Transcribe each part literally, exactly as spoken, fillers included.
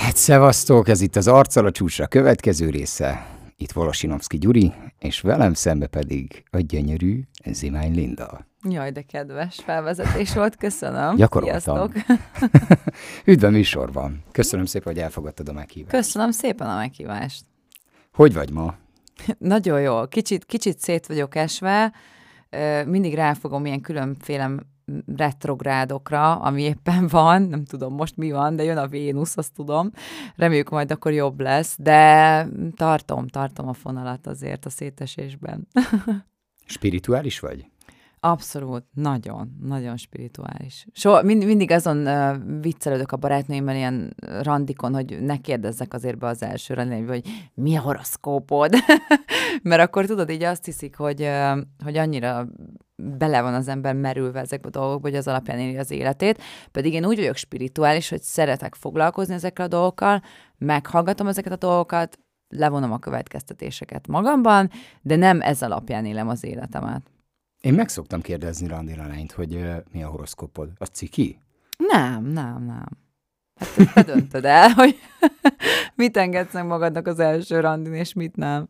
Hát szevasztok, ez itt az Arccal a csúcsra következő része. Itt Volosinovszky Gyuri, és velem szembe pedig a gyönyörű Zimány Linda. Jaj, de kedves felvezetés volt, köszönöm. Gyakoroltam. Üdv a műsorban. Köszönöm szépen, hogy elfogadtad a meghívást. Köszönöm szépen a meghívást. Hogy vagy ma? Nagyon jó. Kicsit, kicsit szét vagyok esve. Mindig ráfogom ilyen különféle retrográdokra, ami éppen van, nem tudom most mi van, de jön a Vénusz, azt tudom. Reméljük majd akkor jobb lesz, de tartom, tartom a fonalat azért a szétesésben. Spirituális vagy? Abszolút, nagyon, nagyon spirituális. So, mind, mindig azon uh, viccelődök a barátnőimmel ilyen randikon, hogy ne kérdezzek azért be az első randikon, hogy mi a horoszkópod? Mert akkor tudod, így azt hiszik, hogy, uh, hogy annyira bele van az ember merülve ezekbe a dolgokba, hogy az alapján éli az életét. Pedig én úgy vagyok spirituális, hogy szeretek foglalkozni ezekkel a dolgokkal, meghallgatom ezeket a dolgokat, levonom a következtetéseket magamban, de nem ez alapján élem az életemet. Én meg szoktam kérdezni randira lányt, hogy uh, mi a horoszkópod. Az ciki? Nem, nem, nem. Hát te döntöd el, hogy mit engedsz meg magadnak az első randin, és mit nem.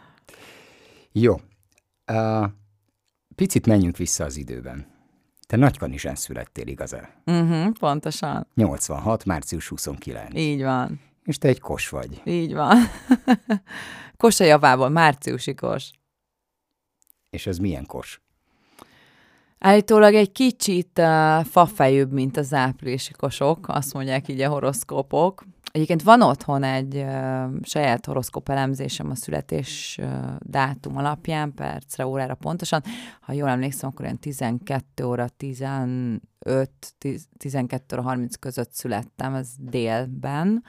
Jó. Uh, picit menjünk vissza az időben. Te Nagykanizsán születtél, igaz-e? Uh-huh, pontosan. nyolcvanhat. március huszonkilenc. Így van. És te egy kos vagy. Így van. Kos a javából, márciusi kos. És ez milyen kos? Állítólag egy kicsit uh, fafejűbb, mint az áprilisi kosok, azt mondják így a horoszkópok. Egyébként van otthon egy uh, saját horoszkóp elemzésem a születés uh, dátum alapján, percre, órára pontosan. Ha jól emlékszem, akkor ilyen tizenkét óra tizenöt, tizenkettő óra harminc között születtem, ez délben.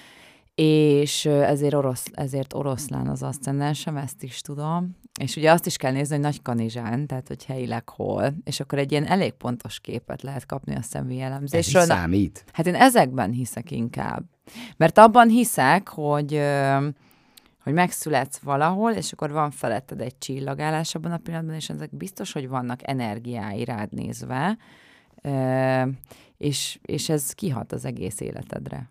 És ezért, orosz, ezért oroszlán az aszcendensem, ezt is tudom. És ugye azt is kell nézni, hogy Nagykanizsán, tehát hogy helyileg hol, és akkor egy ilyen elég pontos képet lehet kapni a személyi elemzésről. Ez is számít? Hát én ezekben hiszek inkább. Mert abban hiszek, hogy, hogy megszületsz valahol, és akkor van feletted egy csillagállás abban a pillanatban, és ezek biztos, hogy vannak energiái rád nézve, és, és ez kihat az egész életedre.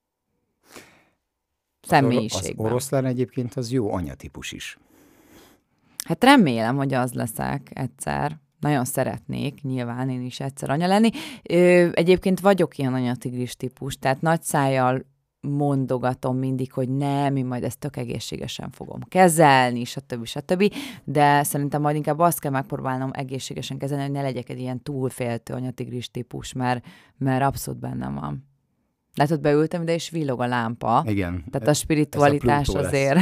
Személyiségben. Az oroszlán egyébként az jó anyatípus is. Hát remélem, hogy az leszek egyszer. Nagyon szeretnék, nyilván én is egyszer anya lenni. Ö, egyébként vagyok ilyen anyatigris típus, tehát nagy szájjal mondogatom mindig, hogy nem, én majd ezt tök egészségesen fogom kezelni, stb. stb. De szerintem majd inkább azt kell megpróbálnom egészségesen kezelni, hogy ne legyek egy ilyen túlféltő anyatigris típus, mert, mert abszolút bennem van. Látod, beültem ide, és villog a lámpa. Igen. Tehát a spiritualitás a azért.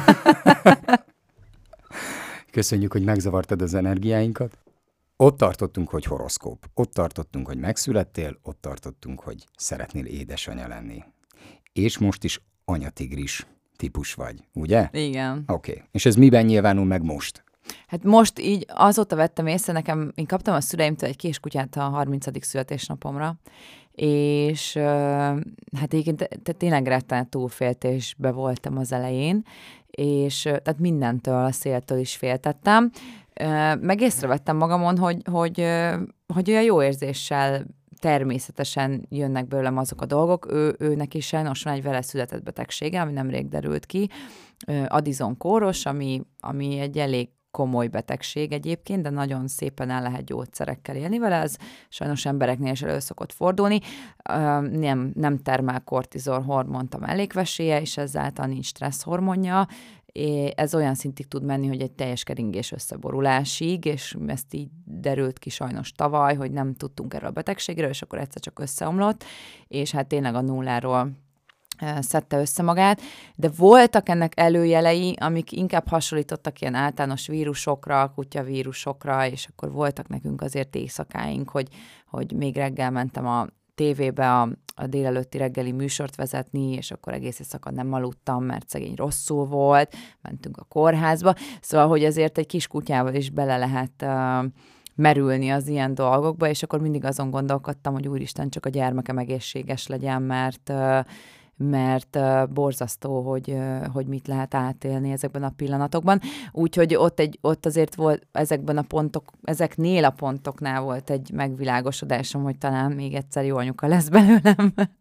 Köszönjük, hogy megzavartad az energiáinkat. Ott tartottunk, hogy horoszkóp. Ott tartottunk, hogy megszülettél. Ott tartottunk, hogy szeretnél édesanya lenni. És most is anyatigris típus vagy, ugye? Igen. Oké. Okay. És ez miben nyilvánul meg most? Hát most így azóta vettem észre, nekem, én kaptam a szüleimtől egy kiskutyát a harmincadik születésnapomra, és hát egyébként tényleg rettenet túlféltésbe voltam az elején, és tehát mindentől, a széltől is féltettem. Meg észrevettem magamon, hogy, hogy, hogy olyan jó érzéssel természetesen jönnek belőlem azok a dolgok. Ő, őnek is sajnos van egy vele született betegsége, ami nemrég derült ki, Addison kóros, ami, ami egy elég komoly betegség egyébként, de nagyon szépen el lehet gyógyszerekkel élni vele, ez sajnos embereknél is elő szokott fordulni. Nem, nem termel kortizol hormont a mellékveséje, és ezáltal nincs stressz hormonja. Ez olyan szintig tud menni, hogy egy teljes keringés összeborulásig, és ezt így derült ki sajnos tavaly, hogy nem tudtunk erről a betegségről, és akkor egyszer csak összeomlott, és hát tényleg a nulláról szedte össze magát, de voltak ennek előjelei, amik inkább hasonlítottak ilyen általános vírusokra, kutyavírusokra, és akkor voltak nekünk azért éjszakáink, hogy, hogy még reggel mentem a tévébe a, a délelőtti reggeli műsort vezetni, és akkor egész éjszaka nem aludtam, mert szegény rosszul volt, mentünk a kórházba, szóval, hogy azért egy kis kutyával is bele lehet uh, merülni az ilyen dolgokba, és akkor mindig azon gondolkodtam, hogy úristen, csak a gyermekem egészséges legyen, mert uh, mert uh, borzasztó, hogy, uh, hogy mit lehet átélni ezekben a pillanatokban. Úgyhogy ott, egy, ott azért volt ezekben a pontok, ezeknél a pontoknál volt egy megvilágosodásom, hogy talán még egyszer jó anyuka lesz belőlem.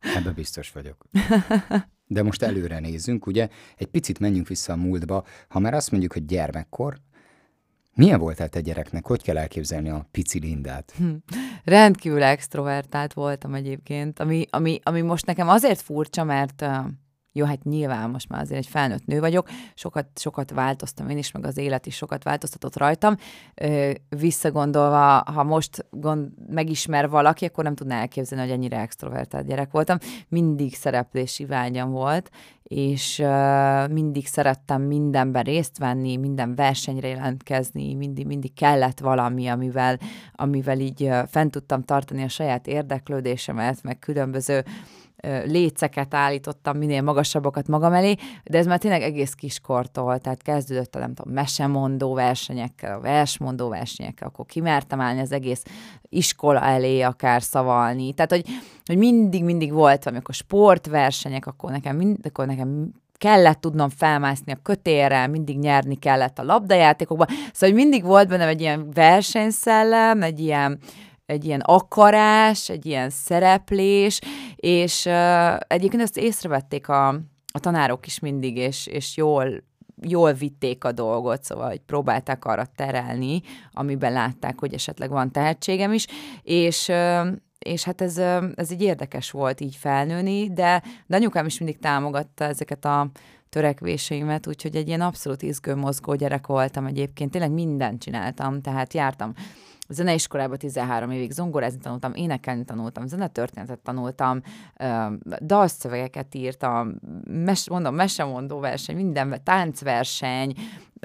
Ebben biztos vagyok. De most előre nézzünk, ugye? Egy picit menjünk vissza a múltba. Ha már azt mondjuk, hogy gyermekkor, milyen voltál te gyereknek? Hogy kell elképzelni a pici Lindát? Hm. Rendkívül extrovertált voltam egyébként, ami, ami, ami most nekem azért furcsa, mert jó, hát nyilván most már azért egy felnőtt nő vagyok, sokat, sokat változtam én is, meg az élet is sokat változtatott rajtam. Visszagondolva, ha most gond, megismer valaki, akkor nem tudná elképzelni, hogy ennyire extrovertált gyerek voltam. Mindig szereplési vágyam volt, és uh, mindig szerettem mindenben részt venni, minden versenyre jelentkezni, mindig, mindig kellett valami, amivel, amivel így uh, fent tudtam tartani a saját érdeklődésemet, meg különböző léceket állítottam, minél magasabbakat magam elé, de ez már tényleg egész kiskortól, tehát kezdődött a nem tudom, mesemondó versenyekkel, a versmondó versenyekkel, akkor kimertem állni az egész iskola elé akár szavalni, tehát hogy, hogy mindig-mindig volt valami, akkor sportversenyek, akkor nekem, mind, akkor nekem kellett tudnom felmászni a kötélre, mindig nyerni kellett a labdajátékokban, szóval hogy mindig volt bennem egy ilyen versenyszellem, egy ilyen egy ilyen akarás, egy ilyen szereplés, és uh, egyébként ezt észrevették a, a tanárok is mindig, és, és jól, jól vitték a dolgot, szóval hogy próbálták arra terelni, amiben látták, hogy esetleg van tehetségem is, és, uh, és hát ez, uh, ez így érdekes volt így felnőni, de, de anyukám is mindig támogatta ezeket a törekvéseimet, úgyhogy egy ilyen abszolút izgő-mozgó gyerek voltam egyébként, tényleg mindent csináltam, tehát jártam zeneiskolában tizenhárom évig zongorázni tanultam, énekelni tanultam, zenetörténetet tanultam, dalszövegeket írtam, mes, mondom, mesemondó verseny, minden, táncverseny,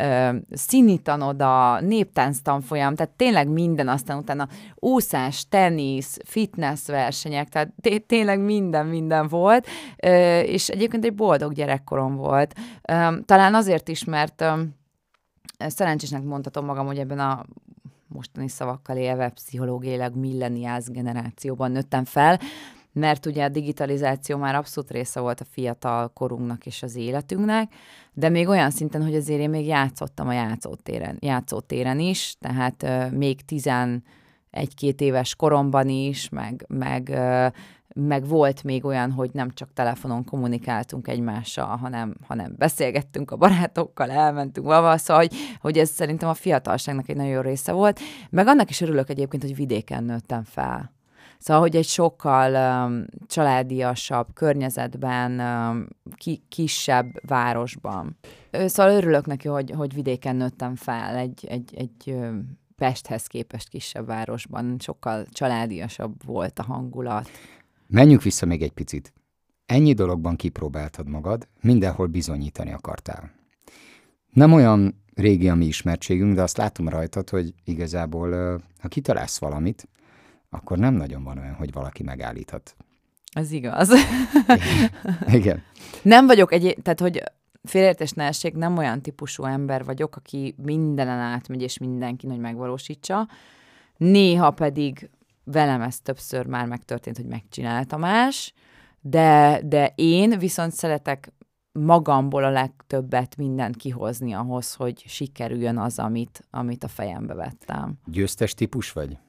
színitanoda, néptánc tanfolyam, tehát tényleg minden, aztán utána úszás, tenisz, fitness versenyek, tehát té- tényleg minden, minden volt, és egyébként egy boldog gyerekkorom volt. Talán azért is, mert szerencsésnek mondhatom magam, hogy ebben a mostani szavakkal élve pszichológiailag millenials generációban nőttem fel, mert ugye a digitalizáció már abszolút része volt a fiatal korunknak és az életünknek, de még olyan szinten, hogy azért én még játszottam a játszótéren, játszótéren is, tehát euh, még tizenegy-két éves koromban is, meg, meg, euh, meg volt még olyan, hogy nem csak telefonon kommunikáltunk egymással, hanem, hanem beszélgettünk a barátokkal, elmentünk valahol, szóval, hogy, hogy ez szerintem a fiatalságnak egy nagyon jó része volt, meg annak is örülök egyébként, hogy vidéken nőttem fel. Szóval, hogy egy sokkal um, családiasabb környezetben, um, ki, kisebb városban. Szóval örülök neki, hogy, hogy vidéken nőttem fel, egy, egy, egy um, Pesthez képest kisebb városban, sokkal családiasabb volt a hangulat. Menjünk vissza még egy picit. Ennyi dologban kipróbáltad magad, mindenhol bizonyítani akartál. Nem olyan régi a mi ismertségünk, de azt látom rajtad, hogy igazából, ha kitalálsz valamit, akkor nem nagyon van olyan, hogy valaki megállíthat. Ez igaz. Igen. Igen. Nem vagyok egy, tehát hogy félreértés ne essék, nem olyan típusú ember vagyok, aki mindenen átmegy, és mindenki hogy megvalósítsa. Néha pedig velem ez többször már megtörtént, hogy megcsinálta más, de, de én viszont szeretek magamból a legtöbbet mindent kihozni ahhoz, hogy sikerüljön az, amit, amit a fejembe vettem. Győztes típus vagy?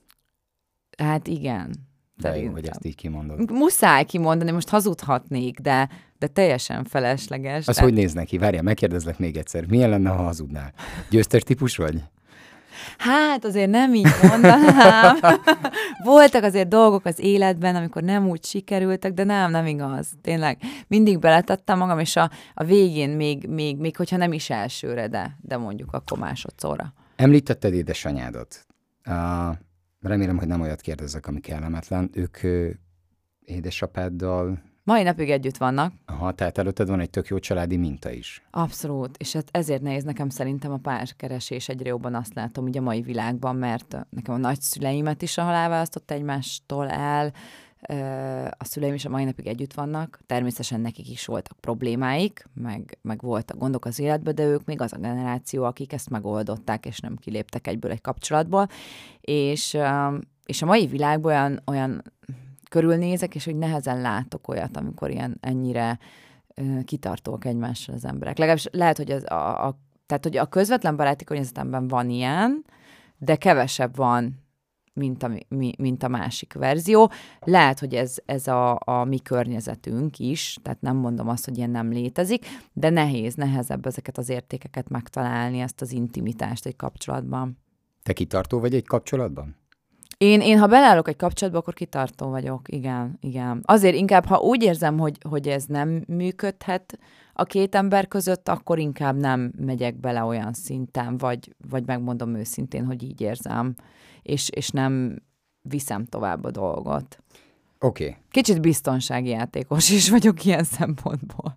Hát igen. De jó, hogy ezt így kimondod. Muszáj kimondani, most hazudhatnék, de, de teljesen felesleges. Az de... hogy néz neki? Várjál, megkérdezlek még egyszer. Milyen lenne, ha hazudnál? Győztes típus vagy? Hát azért nem így mondanám. Voltak azért dolgok az életben, amikor nem úgy sikerültek, de nem, nem igaz. Tényleg mindig beletettem magam, és a, a végén még, még, még, hogyha nem is elsőre, de, de mondjuk akkor másodszorra. Említetted édesanyádat. Uh, remélem, hogy nem olyat kérdezek, ami kellemetlen. Ők uh, édesapáddal... Mai napig együtt vannak. Aha, tehát előtted van egy tök jó családi minta is. Abszolút, és hát ezért nehéz nekem szerintem a párkeresés, egyre jobban azt látom ugye a mai világban, mert nekem a nagyszüleimet is a halál választott egymástól el, a szüleim is a mai napig együtt vannak, természetesen nekik is voltak problémáik, meg, meg voltak gondok az életben, de ők még az a generáció, akik ezt megoldották, és nem kiléptek egyből egy kapcsolatból, és, és a mai világban olyan, olyan körülnézek, és hogy nehezen látok olyat, amikor ilyen ennyire uh, kitartóak egymással az emberek. Legalábbis lehet, hogy, az, a, a, tehát, hogy a közvetlen baráti környezetemben van ilyen, de kevesebb van, mint a, mi, mint a másik verzió. Lehet, hogy ez, ez a, a mi környezetünk is, tehát nem mondom azt, hogy ilyen nem létezik, de nehéz, nehezebb ezeket az értékeket megtalálni, ezt az intimitást egy kapcsolatban. Te kitartó vagy egy kapcsolatban? Én, én ha beleállok egy kapcsolatba, akkor kitartó vagyok, igen, igen. Azért inkább, ha úgy érzem, hogy, hogy ez nem működhet a két ember között, akkor inkább nem megyek bele olyan szinten, vagy, vagy megmondom őszintén, hogy így érzem, és, és nem viszem tovább a dolgot. Oké. Okay. Kicsit biztonsági játékos is vagyok ilyen szempontból.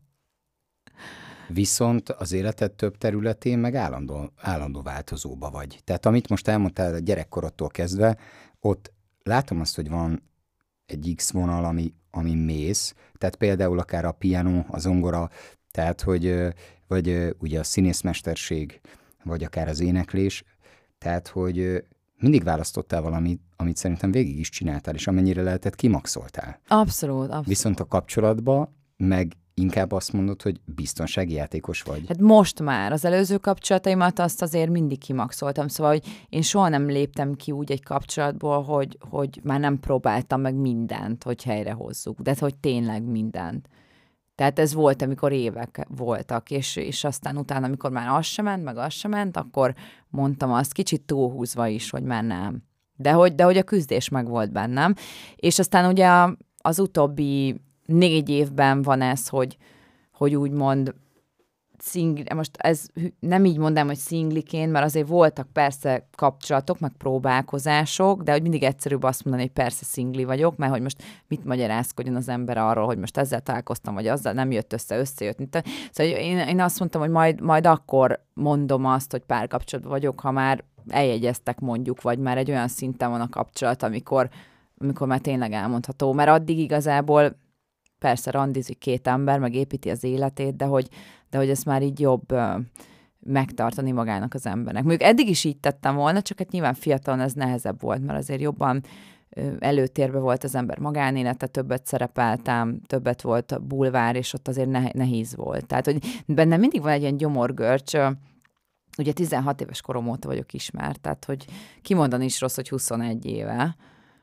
Viszont az életed több területén meg állandó, állandó változóba vagy. Tehát amit most elmondtál a gyerekkorodtól kezdve, ott látom azt, hogy van egy X vonal, ami, ami mész, tehát például akár a piano, a zongora, tehát hogy vagy ugye a színészmesterség, vagy akár az éneklés, tehát hogy mindig választottál valamit, amit szerintem végig is csináltál, és amennyire lehetett, kimaxoltál. Abszolút, abszolút. Viszont a kapcsolatban meg inkább azt mondod, hogy biztonsági játékos vagy. Hát most már. Az előző kapcsolataimat azt azért mindig kimaxoltam, szóval, hogy én soha nem léptem ki úgy egy kapcsolatból, hogy, hogy már nem próbáltam meg mindent, hogy helyrehozzuk, de hogy tényleg mindent. Tehát ez volt, amikor évek voltak, és, és aztán utána, amikor már az sem ment, meg az sem ment, akkor mondtam azt kicsit túlhúzva is, hogy már nem. De hogy, de hogy a küzdés meg volt bennem. És aztán ugye az utóbbi négy évben van ez, hogy, hogy úgymond szingli, most ez nem így mondom, hogy szingliként, mert azért voltak persze kapcsolatok, meg próbálkozások, de hogy mindig egyszerűbb azt mondani, hogy persze szingli vagyok, mert hogy most mit magyarázkodjon az ember arról, hogy most ezzel találkoztam, vagy azzal nem jött össze, összejött. Szóval én, én azt mondtam, hogy majd, majd akkor mondom azt, hogy párkapcsolatban vagyok, ha már eljegyeztek mondjuk, vagy már egy olyan szinten van a kapcsolat, amikor, amikor már tényleg elmondható, mert addig igazából persze randizik két ember, meg építi az életét, de hogy, de hogy ezt már így jobb ö, megtartani magának az embernek. Mondjuk eddig is így tettem volna, csak hát nyilván fiatalon ez nehezebb volt, mert azért jobban ö, előtérbe volt az ember magánélete, többet szerepeltem, többet volt a bulvár, és ott azért ne, nehéz volt. Tehát, hogy bennem mindig van egy ilyen gyomorgörcs, ö, ugye tizenhat éves korom óta vagyok ismert, tehát, hogy kimondani is rossz, hogy huszonegy éve.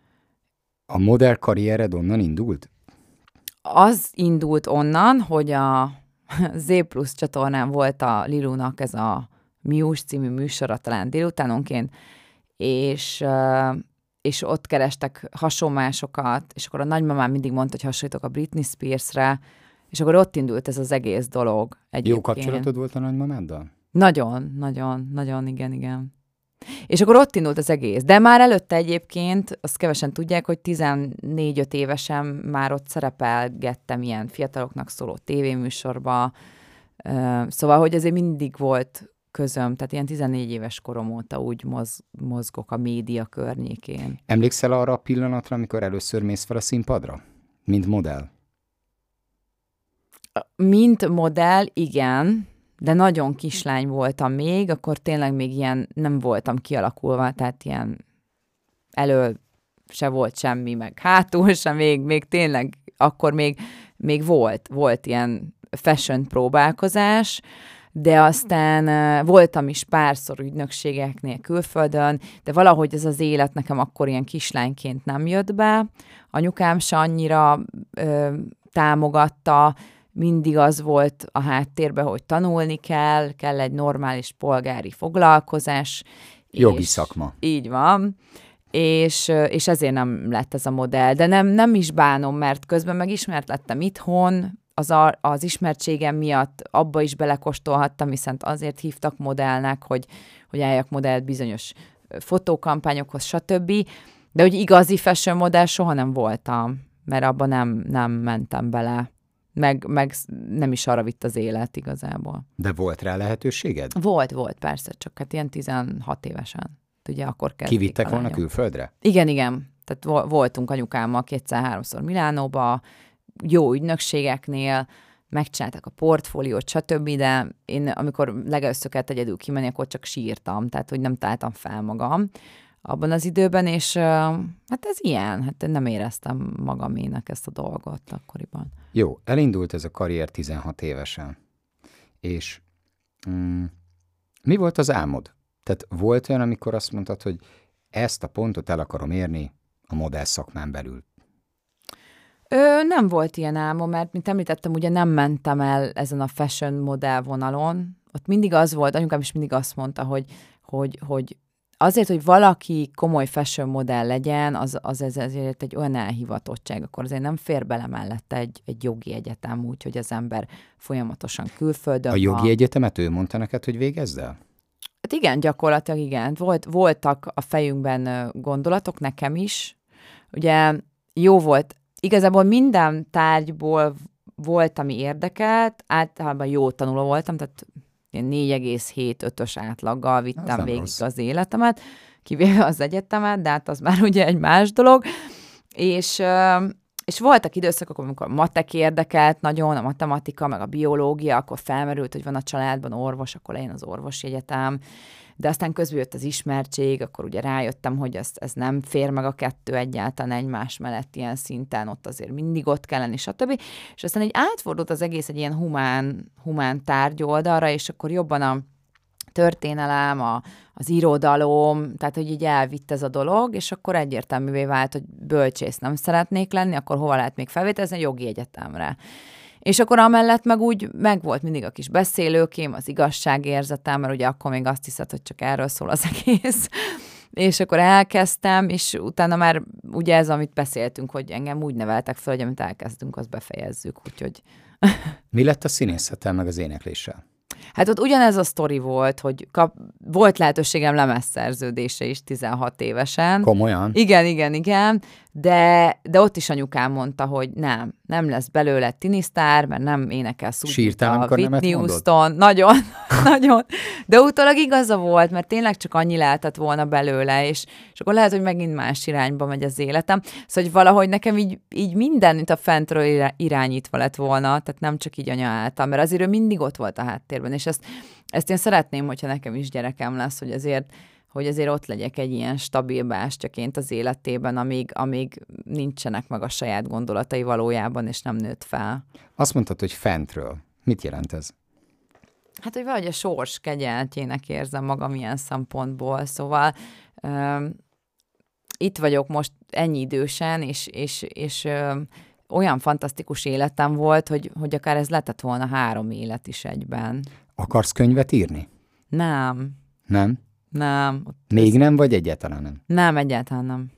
A modell karriered onnan indult? Az indult onnan, hogy a Z Plus csatornán volt a Lilunak ez a Mius című műsora talán délutánonként, és, és ott kerestek hasonlásokat, és akkor a nagymamám mindig mondta, hogy hasonlítok a Britney Spearsre, és akkor ott indult ez az egész dolog. Egyébként. Jó kapcsolatod volt a nagymamáddal? Nagyon, nagyon, nagyon, igen, igen. És akkor ott indult az egész. De már előtte egyébként, azt kevesen tudják, hogy tizennégy-öt évesen már ott szerepelgettem ilyen fiataloknak szóló tévéműsorba. Szóval, hogy azért mindig volt közöm, tehát ilyen tizennégy éves korom óta úgy moz, mozgok a média környékén. Emlékszel arra a pillanatra, amikor először mész fel a színpadra? Mint modell? Mint modell, igen. De nagyon kislány voltam még, akkor tényleg még ilyen nem voltam kialakulva, tehát ilyen elől se volt semmi, meg hátul se, még, még tényleg akkor még, még volt, volt ilyen fashion próbálkozás, de aztán voltam is párszor ügynökségeknél külföldön, de valahogy ez az élet nekem akkor ilyen kislányként nem jött be. Anyukám se annyira ö, támogatta, mindig az volt a háttérben, hogy tanulni kell, kell egy normális polgári foglalkozás. Jogi szakma. Így van. És, és ezért nem lett ez a modell. De nem, nem is bánom, mert közben megismert lettem itthon, az, a, az ismertségem miatt abba is belekóstolhattam, viszont azért hívtak modellnek, hogy, hogy álljak modellt bizonyos fotókampányokhoz, stb. De hogy igazi fashion modell soha nem voltam, mert abban nem, nem mentem bele. Meg, meg nem is arra vitt az élet igazából. De volt rá lehetőséged? Volt, volt, persze, csak hát ilyen tizenhat évesen. Ugye akkor kezdték. Kivittek volna külföldre? Igen, igen. Tehát voltunk anyukámmal kétszer-háromszor Milánóba, jó ügynökségeknél, megcsináltak a portfóliót, stb., de én amikor legelőször kellett egyedül kimenni, akkor csak sírtam, tehát hogy nem találtam fel magam abban az időben, és hát ez ilyen, hát nem éreztem magamének ezt a dolgot akkoriban. Jó, elindult ez a karrier tizenhat évesen, és mm, mi volt az álmod? Tehát volt olyan, amikor azt mondtad, hogy ezt a pontot el akarom érni a modell szakmán belül? Ö, nem volt ilyen álmom, mert mint említettem, ugye nem mentem el ezen a fashion modell vonalon. Ott mindig az volt, anyukám is mindig azt mondta, hogy, hogy, hogy azért, hogy valaki komoly fashion modell legyen, az, az ez, ezért egy olyan elhivatottság, akkor azért nem fér bele mellette egy, egy jogi egyetem úgy, hogy az ember folyamatosan külföldön A jogi van. egyetemet ő mondta neked, hogy végezd el? Hát igen, gyakorlatilag igen. Volt, voltak a fejünkben gondolatok, nekem is. Ugye jó volt, igazából minden tárgyból volt, ami érdekelt, általában jó tanuló voltam, tehát négy egész hét ötös átlaggal vittem végig rossz. Az életemet, kivéve az egyetemet, de hát az már ugye egy más dolog. És, és voltak időszakok, amikor matek érdekelt nagyon, a matematika, meg a biológia, akkor felmerült, hogy van a családban orvos, akkor legyen az orvosi egyetem, de aztán közben jött az ismertség, akkor ugye rájöttem, hogy ez, ez nem fér meg a kettő egyáltalán egymás mellett ilyen szinten, ott azért mindig ott kell lenni, stb. És aztán egy átfordult az egész egy ilyen humán, humán tárgy oldalra, és akkor jobban a történelem, a, az irodalom, tehát hogy így elvitt ez a dolog, és akkor egyértelművé vált, hogy bölcsész nem szeretnék lenni, akkor hova lehet még felvételezni? A jogi egyetemre. És akkor amellett meg úgy megvolt mindig a kis beszélőkém, az igazságérzetem, mert ugye akkor még azt hiszed, hogy csak erről szól az egész. És akkor elkezdtem, és utána már ugye ez, amit beszéltünk, hogy engem úgy neveltek fel, hogy amit elkezdünk, azt befejezzük, úgyhogy... Mi lett a színészettel meg az énekléssel? Hát ott ugyanez a sztori volt, hogy kap, volt lehetőségem lemezszerződése is tizenhat évesen. Komolyan? Igen, igen, igen, de, de ott is anyukám mondta, hogy nem, nem lesz belőle tinisztár, mert nem énekel szúgyit a Whitney Houston. Nagyon, nagyon. De utólag igaza volt, mert tényleg csak annyi lehetett volna belőle, és, és akkor lehet, hogy megint más irányba megy az életem. Szóval, hogy valahogy nekem így, így minden, mint a fentről irányítva lett volna, tehát nem csak így anya által, mert azért ő mindig ott volt a háttérben, és ezt, ezt én szeretném, hogyha nekem is gyerekem lesz, hogy azért hogy azért ott legyek egy ilyen stabil bástyaként az életében, amíg, amíg nincsenek meg a saját gondolatai valójában, és nem nőtt fel. Azt mondtad, hogy fentről. Mit jelent ez? Hát, hogy valahogy a sors kegyeltjének érzem magam ilyen szempontból, szóval um, itt vagyok most ennyi idősen, és, és, és um, olyan fantasztikus életem volt, hogy, hogy akár ez lehetett volna három élet is egyben. Akarsz könyvet írni? Nem. Nem? Nem. Még ez... nem, vagy egyáltalán nem? Nem, egyáltalán nem.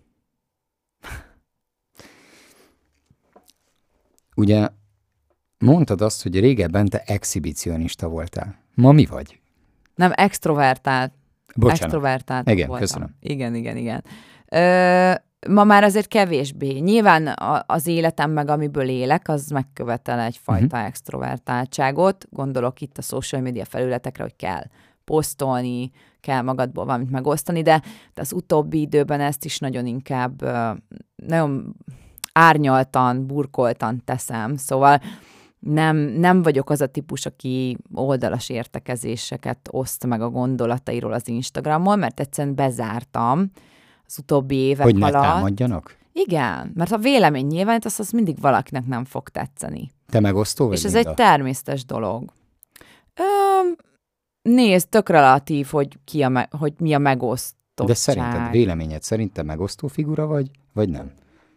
Ugye mondtad azt, hogy régebben te exhibicionista voltál. Ma mi vagy? Nem, extrovertált. Bocsánat. Extrovertált igen, voltam. Köszönöm. Igen, igen, igen. Ö, ma már azért kevésbé. Nyilván a, az életem meg, amiből élek, az megkövetel egyfajta uh-huh. extrovertáltságot. Gondolok itt a social media felületekre, hogy kell posztolni, kell magadból valamit megosztani, de, de az utóbbi időben ezt is nagyon inkább nagyon árnyaltan, burkoltan teszem, szóval nem, nem vagyok az a típus, aki oldalas értekezéseket oszt meg a gondolatairól az Instagramon, mert egyszerűen bezártam az utóbbi évek hogy alatt. Hogy ne támadjanak? Igen, mert a vélemény nyilván, az, az mindig valakinek nem fog tetszeni. Te megosztó vagy? És ez egy a... természetes dolog. Ö, nézd, tök relatív, hogy, ki a me- hogy mi a megosztottság. De szerinted, véleményed szerint te megosztó figura vagy, vagy nem?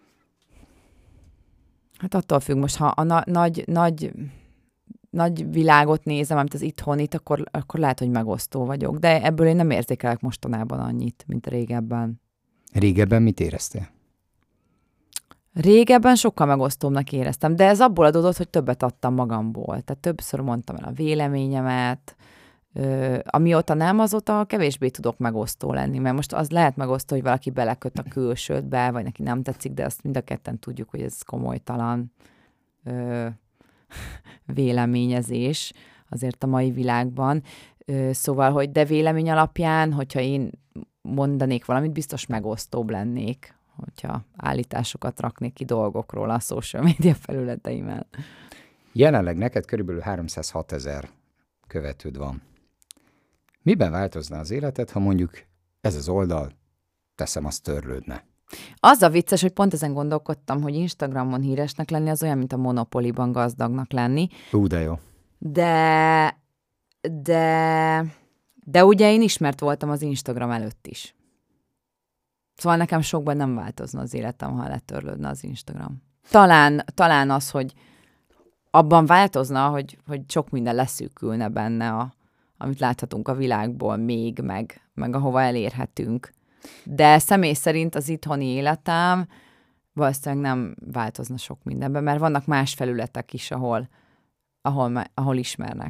Hát attól függ, most ha a na- nagy, nagy, nagy világot nézem, amit az itthonit, akkor, akkor lehet, hogy megosztó vagyok. De ebből én nem érzékelek mostanában annyit, mint régebben. Régebben mit éreztél? Régebben sokkal megosztóbbnak éreztem, de ez abból adódott, hogy többet adtam magamból. Tehát többször mondtam el a véleményemet, Ö, amióta nem, azóta kevésbé tudok megosztó lenni, mert most az lehet megosztó, hogy valaki beleköt a külsődbe, vagy neki nem tetszik, de azt mind a ketten tudjuk, hogy ez komolytalan ö, véleményezés azért a mai világban. Ö, szóval, hogy de vélemény alapján, hogyha én mondanék valamit, biztos megosztóbb lennék, hogyha állításokat raknék ki dolgokról a social media felületeimen. Jelenleg neked körülbelül háromszázhatezer követőd van. Miben változna az életed, ha mondjuk ez az oldal, teszem, azt törlődne? Az a vicces, hogy pont ezen gondolkodtam, hogy Instagramon híresnek lenni, az olyan, mint a Monopoly-ban gazdagnak lenni. Ú, de jó. De, de, de ugye én ismert voltam az Instagram előtt is. Szóval nekem sokban nem változna az életem, ha letörlődne az Instagram. Talán, talán az, hogy abban változna, hogy, hogy sok minden leszűkülne benne, a, amit láthatunk a világból még, meg, meg ahova elérhetünk. De személy szerint az itthoni életem valószínűleg nem változna sok mindenben, mert vannak más felületek is, ahol, ahol, ahol ismernek.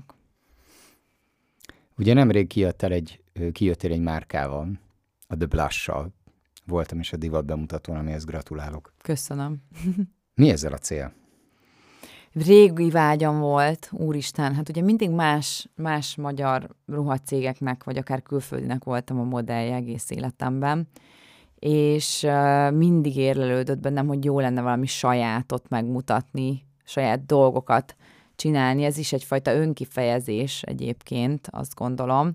Ugye nemrég kijöttél egy, kijöttél egy márkával, a The Blush-sal. Voltam is a divat bemutatón, amihez gratulálok. Köszönöm. Mi ezzel a cél? Régi vágyam volt, úristen, hát ugye mindig más, más magyar ruhacégeknek, vagy akár külföldinek voltam a modellje egész életemben, és uh, mindig érlelődött bennem, hogy jó lenne valami sajátot megmutatni, saját dolgokat csinálni. Ez is egyfajta önkifejezés egyébként, azt gondolom.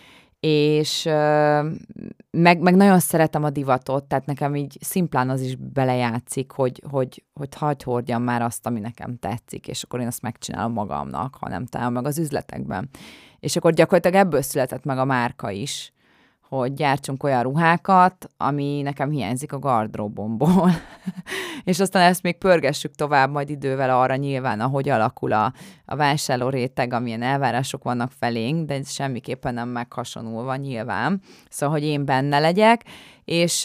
És uh, meg, meg nagyon szeretem a divatot, tehát nekem így szimplán az is belejátszik, hogy, hogy, hogy hagyd hordjam már azt, ami nekem tetszik, és akkor én azt megcsinálom magamnak, ha nem találom meg az üzletekben. És akkor gyakorlatilag ebből született meg a márka is, hogy gyártsunk olyan ruhákat, ami nekem hiányzik a gardróbomból. És aztán ezt még pörgessük tovább majd idővel arra nyilván, ahogy alakul a, a vásárló réteg, amilyen elvárások vannak felénk, de semmiképpen nem meghasonulva nyilván. Szóval, hogy én benne legyek, és,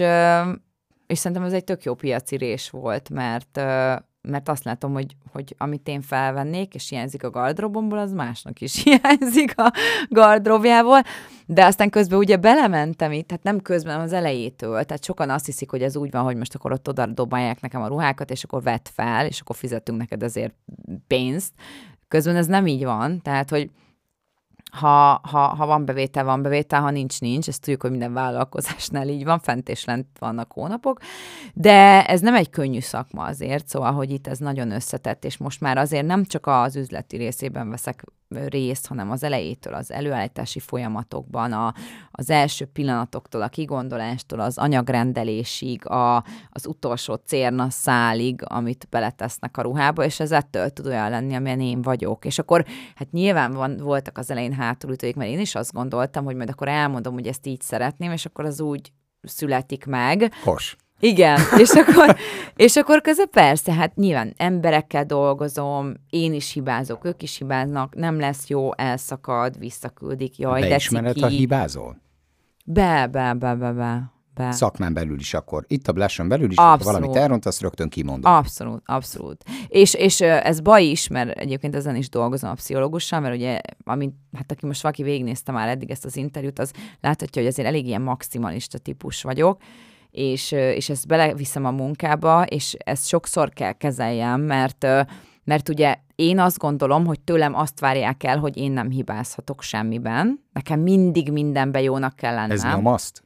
és szerintem ez egy tök jó piaci rés volt, mert, mert azt látom, hogy, hogy amit én felvennék, és hiányzik a gardróbomból, az másnak is hiányzik a gardróbjából, de aztán közben ugye belementem itt, tehát nem közben, az elejétől, tehát sokan azt hiszik, hogy ez úgy van, hogy most akkor ott oda dobálják nekem a ruhákat, és akkor vedd fel, és akkor fizetünk neked ezért pénzt. Közben ez nem így van, tehát, hogy Ha, ha, ha van bevétel, van bevétel, ha nincs, nincs. Ezt tudjuk, hogy minden vállalkozásnál így van, fent és lent vannak hónapok. De ez nem egy könnyű szakma azért, szóval, hogy itt ez nagyon összetett, és most már azért nem csak az üzleti részében veszek részt, hanem az elejétől, az előállítási folyamatokban, a, az első pillanatoktól, a kigondolástól, az anyagrendelésig, a, az utolsó cérnaszálig, amit beletesznek a ruhába, és ez ettől tud olyan lenni, amilyen én vagyok. És akkor hát nyilván van, voltak az elején hátulütőik, mert én is azt gondoltam, hogy majd akkor elmondom, hogy ezt így szeretném, és akkor az úgy születik meg. Kos. Igen, és akkor, és akkor közben persze, hát nyilván emberekkel dolgozom, én is hibázok, ők is hibáznak, nem lesz jó, elszakad, visszaküldik, jaj, de Beismered, ha hibázol? Be, be, be, be, be, be. Szakmán belül is akkor. Itt a Blush-on belül is, Abszolút. ha valamit elrontasz, rögtön kimondom. Abszolút, abszolút. És, és ez baj is, mert egyébként ezen is dolgozom a pszichológussal, mert ugye, amint, hát aki most valaki végignézte már eddig ezt az interjút, az láthatja, hogy azért elég ilyen maximalista típus vagyok, és, és ezt beleviszem a munkába, és ezt sokszor kell kezeljem, mert, mert ugye én azt gondolom, hogy tőlem azt várják el, hogy én nem hibázhatok semmiben. Nekem mindig mindenben jónak kell lennem. Ez nyomaszt?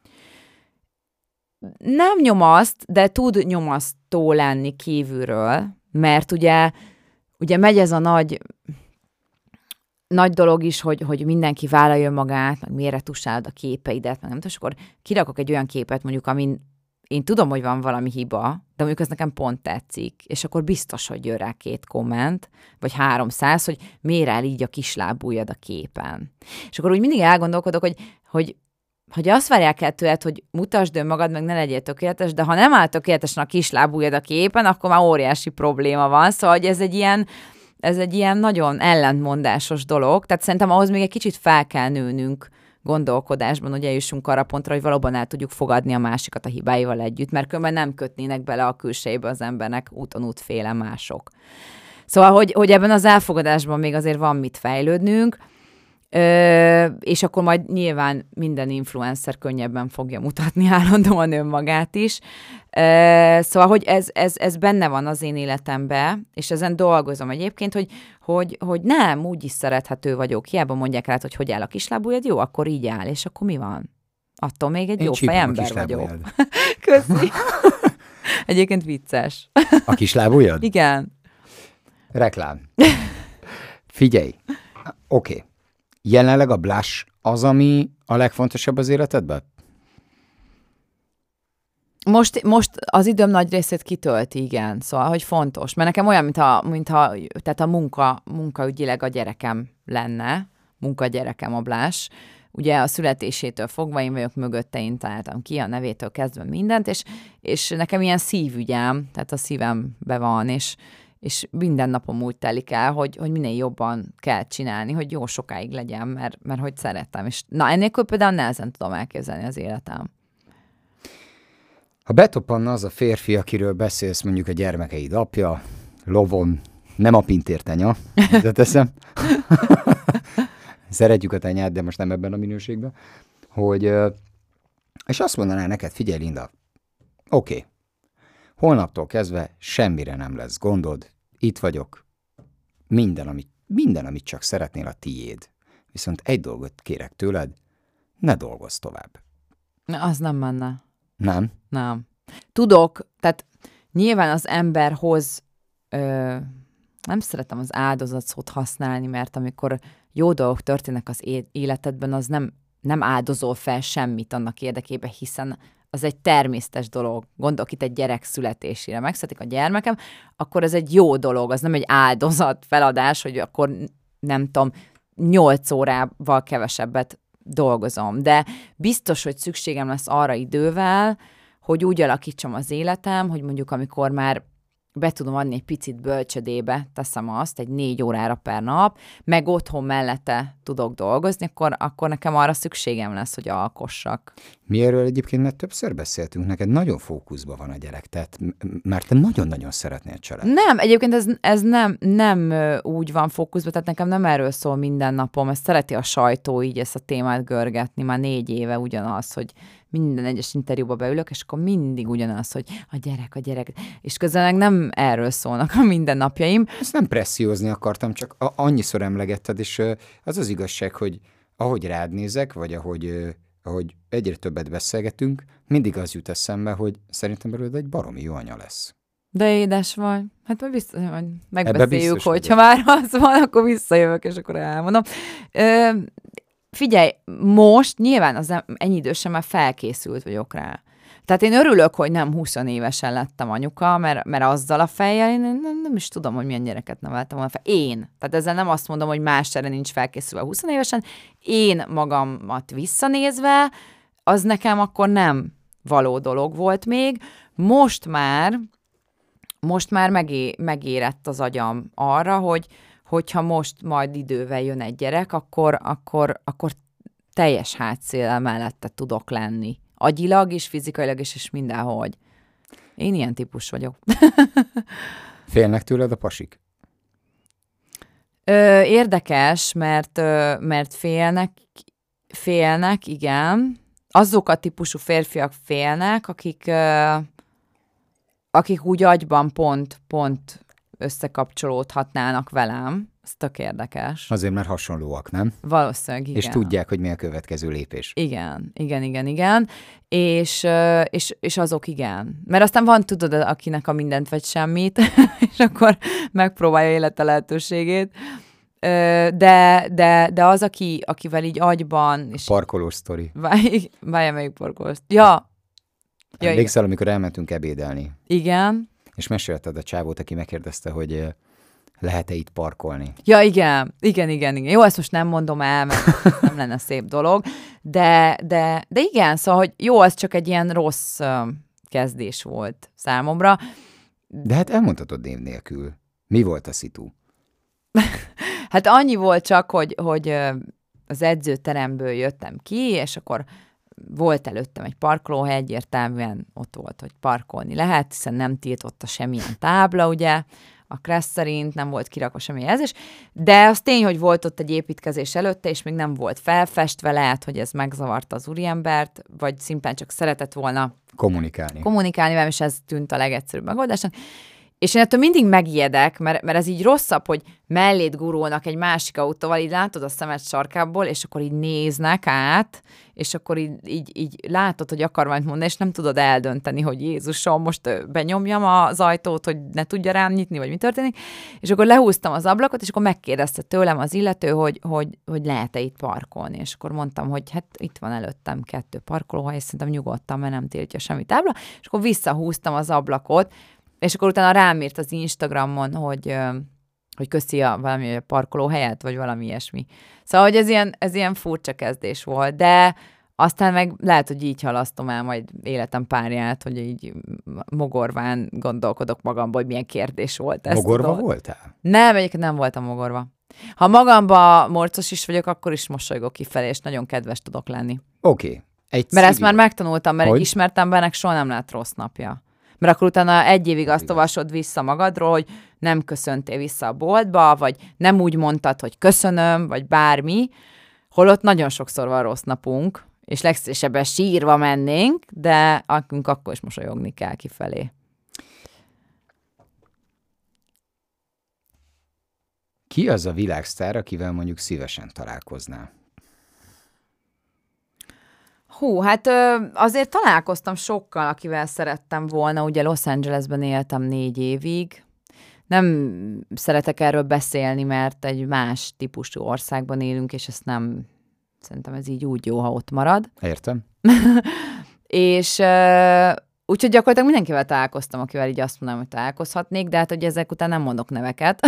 Nem nyomaszt, de tud nyomasztó lenni kívülről, mert ugye, ugye megy ez a nagy... nagy dolog is, hogy, hogy mindenki vállalja magát, meg mélyre tusálod a képeidet, meg nem tudom, és akkor kirakok egy olyan képet, mondjuk, amin én tudom, hogy van valami hiba, de mondjuk ez nekem pont tetszik, és akkor biztos, hogy jön rá két komment, vagy háromszáz, hogy miért áll így a kislábújad a képen. És akkor úgy mindig elgondolkodok, hogy, hogy, hogy azt várják el tőled, hogy mutasd önmagad, meg ne legyél tökéletes, de ha nem áll tökéletesen a kislábújad a képen, akkor már óriási probléma van, szóval hogy ez egy ilyen Ez egy ilyen nagyon ellentmondásos dolog, tehát szerintem ahhoz még egy kicsit fel kell nőnünk gondolkodásban, hogy eljussunk arra pontra, hogy valóban el tudjuk fogadni a másikat a hibáival együtt, mert különben nem kötnének bele a külsejébe az embernek úton útféle mások. Szóval, hogy, hogy ebben az elfogadásban még azért van mit fejlődnünk, Ö, és akkor majd nyilván minden influencer könnyebben fogja mutatni állandóan önmagát is. Ö, szóval, hogy ez, ez, ez benne van az én életemben, és ezen dolgozom egyébként, hogy, hogy, hogy nem, úgy is szerethető vagyok. Hiába mondják rá, hogy hogy áll a kislábújad, jó, akkor így áll, és akkor mi van? Attól még egy Én jó fejember vagyok. Köszi. Egyébként vicces. A kislábújad? Igen. Reklám. Figyelj. Oké. Okay. Jelenleg a Blush az, ami a legfontosabb az életedben? Most, most az időm nagy részét kitölti, igen. Szóval, hogy fontos. Mert nekem olyan, mintha, mintha tehát a munka, munkaügyileg a gyerekem lenne. Munkagyerekem a Blush. ugye a születésétől fogva én vagyok mögötte, én találtam ki a nevétől kezdve mindent, és, és nekem ilyen szívügyem, tehát a szívembe van, és, és minden napom úgy telik el, hogy, hogy minél jobban kell csinálni, hogy jó sokáig legyen, mert, mert hogy szeretem. És na, ennélkül például nehezen tudom elképzelni az életem. Ha betoppanna az a férfi, akiről beszélsz, mondjuk a gyermekeid apja, lovon, nem a pintértenya, de teszem. Szeretjük a tenyát, de most nem ebben a minőségben. Hogy, és azt mondaná neked, figyelj Linda, oké, okay, holnaptól kezdve semmire nem lesz gondod, itt vagyok, minden amit, minden, amit csak szeretnél, a tiéd. Viszont egy dolgot kérek tőled, ne dolgozz tovább. Na, az nem menne. Nem? Nem. Tudok, tehát nyilván az ember hoz, ö, nem szeretem az áldozat szót használni, mert amikor jó dolgok történnek az életedben, az nem, nem áldozol fel semmit annak érdekében, hiszen az egy természetes dolog. Gondolok itt egy gyerek születésére. Megszületik a gyermekem, akkor ez egy jó dolog, az nem egy áldozat feladás, hogy akkor nem tudom, nyolc órával kevesebbet dolgozom. De biztos, hogy szükségem lesz arra idővel, hogy úgy alakítsam az életem, hogy mondjuk amikor már be tudom adni egy picit bölcsödébe, teszem azt, egy négy órára per nap, meg otthon mellette tudok dolgozni, akkor, akkor nekem arra szükségem lesz, hogy alkossak. Mi erről egyébként mert többször beszéltünk, neked nagyon fókuszban van a gyerek, tehát mert te nagyon-nagyon szeretnél családot. Nem, egyébként ez, ez nem, nem úgy van fókuszban, tehát nekem nem erről szól minden napom, ezt szereti a sajtó így ezt a témát görgetni, már négy éve ugyanaz, hogy minden egyes interjúba beülök, és akkor mindig ugyanaz, hogy a gyerek, a gyerek, és közben nem erről szólnak a mindennapjaim. Ezt nem pressziózni akartam, csak a- annyiszor emlegetted, és az az igazság, hogy ahogy rád nézek, vagy ahogy, ahogy egyre többet beszélgetünk, mindig az jut eszembe, hogy szerintem belőled egy baromi jó anya lesz. De édes vagy. Hát majd biztos, hogy megbeszéljük, hogyha vagyok. már az van, akkor visszajövök, és akkor elmondom. Ö, figyelj, most nyilván az ennyi idősen már felkészült vagyok rá. Tehát én örülök, hogy nem húsz évesen lettem anyuka, mert, mert azzal a fejjel én nem, nem is tudom, hogy milyen gyereket neveltem volna fel. Én. Tehát ezzel nem azt mondom, hogy más erre nincs felkészülve húsz évesen. Én magamat visszanézve, az nekem akkor nem való dolog volt még. Most már, most már megé, megérett az agyam arra, hogy hogyha most majd idővel jön egy gyerek, akkor, akkor, akkor teljes hátszéllel mellette tudok lenni. Agyilag is, fizikailag is, és mindenhogy. Én ilyen típus vagyok. Félnek tőled a pasik? Ö, érdekes, mert, ö, mert félnek, félnek, igen. Azok a típusú férfiak félnek, akik, ö, akik úgy agyban pont, pont összekapcsolódhatnának velem. Ez tök érdekes. Azért már hasonlóak, nem? Valószínűleg, igen. És tudják, hogy mi a következő lépés. Igen, igen, igen, igen. És, és, és azok igen. Mert aztán van, tudod, akinek a mindent vagy semmit, és akkor megpróbálja élete lehetőségét. De, de, de az, aki, akivel így agyban... És Parkolós sztori. Várja, melyik parkolós? Ja. ja Emlékszel, amikor elmentünk ebédelni? Igen. És mesélted a csávót, aki megkérdezte, hogy lehet-e itt parkolni? Ja, igen, igen, igen, igen. Jó, ezt most nem mondom el, mert nem lenne szép dolog, de, de, de igen, szóval, hogy jó, az csak egy ilyen rossz uh, kezdés volt számomra. De hát elmondhatod név nélkül. Mi volt a szitu? Hát annyi volt csak, hogy, hogy az edzőteremből jöttem ki, és akkor volt előttem egy parkolóhely, egyértelműen ott volt, hogy parkolni lehet, hiszen nem tiltotta semmilyen tábla, ugye, a Kressz szerint nem volt kirakva semmi jelzés, de az tény, hogy volt ott egy építkezés előtte, és még nem volt felfestve, lehet, hogy ez megzavarta az úriembert, vagy szimplán csak szeretett volna kommunikálni. Kommunikálni velem, és ez tűnt a legegyszerűbb megoldásnak. És én ettől mindig megijedek, mert, mert ez így rosszabb, hogy mellét gurulnak egy másik autóval, így látod a szemed sarkából, és akkor így néznek át, és akkor így, így, így látod, hogy akar valamit mondani, és nem tudod eldönteni, hogy Jézusom, most benyomjam az ajtót, hogy ne tudja rám nyitni, vagy mi történik. És akkor lehúztam az ablakot, és akkor megkérdezte tőlem az illető, hogy, hogy, hogy lehet-e itt parkolni. És akkor mondtam, hogy hát itt van előttem kettő parkolóhely, és szerintem nyugodtan, mert nem tiltja semmi tábla. És akkor visszahúztam az ablakot, és akkor utána rám írt az Instagramon, hogy, hogy köszi a valami a parkolóhelyet, vagy valami ilyesmi. Szóval, hogy ez ilyen, ez ilyen furcsa kezdés volt, de aztán meg lehet, hogy így halasztom el majd életem párját, hogy így mogorván gondolkodok magamban, hogy milyen kérdés volt ez. Mogorva tudod? voltál? Nem, egyébként nem voltam mogorva. Ha magamba morcos is vagyok, akkor is mosolygok kifelé, és nagyon kedves tudok lenni. Oké. Okay. Egy mert civil... ezt már megtanultam, mert hogy? egy ismert embernek soha nem lett rossz napja. Mert akkor utána egy évig azt Igen. olvasod vissza magadról, hogy nem köszöntél vissza a boltba, vagy nem úgy mondtad, hogy köszönöm, vagy bármi, holott nagyon sokszor van rossz napunk, és legszívesebben sírva mennénk, de akünk akkor is mosolyogni kell kifelé. Ki az a világsztár, akivel mondjuk szívesen találkoznál? Hú, hát ö, azért találkoztam sokkal, akivel szerettem volna. Ugye Los Angelesben éltem négy évig. Nem szeretek erről beszélni, mert egy más típusú országban élünk, és ezt nem, szerintem ez így úgy jó, ha ott marad. Értem. és ö, úgyhogy gyakorlatilag mindenkivel találkoztam, akivel így azt mondom, hogy találkozhatnék, de hát hogy ezek után nem mondok neveket.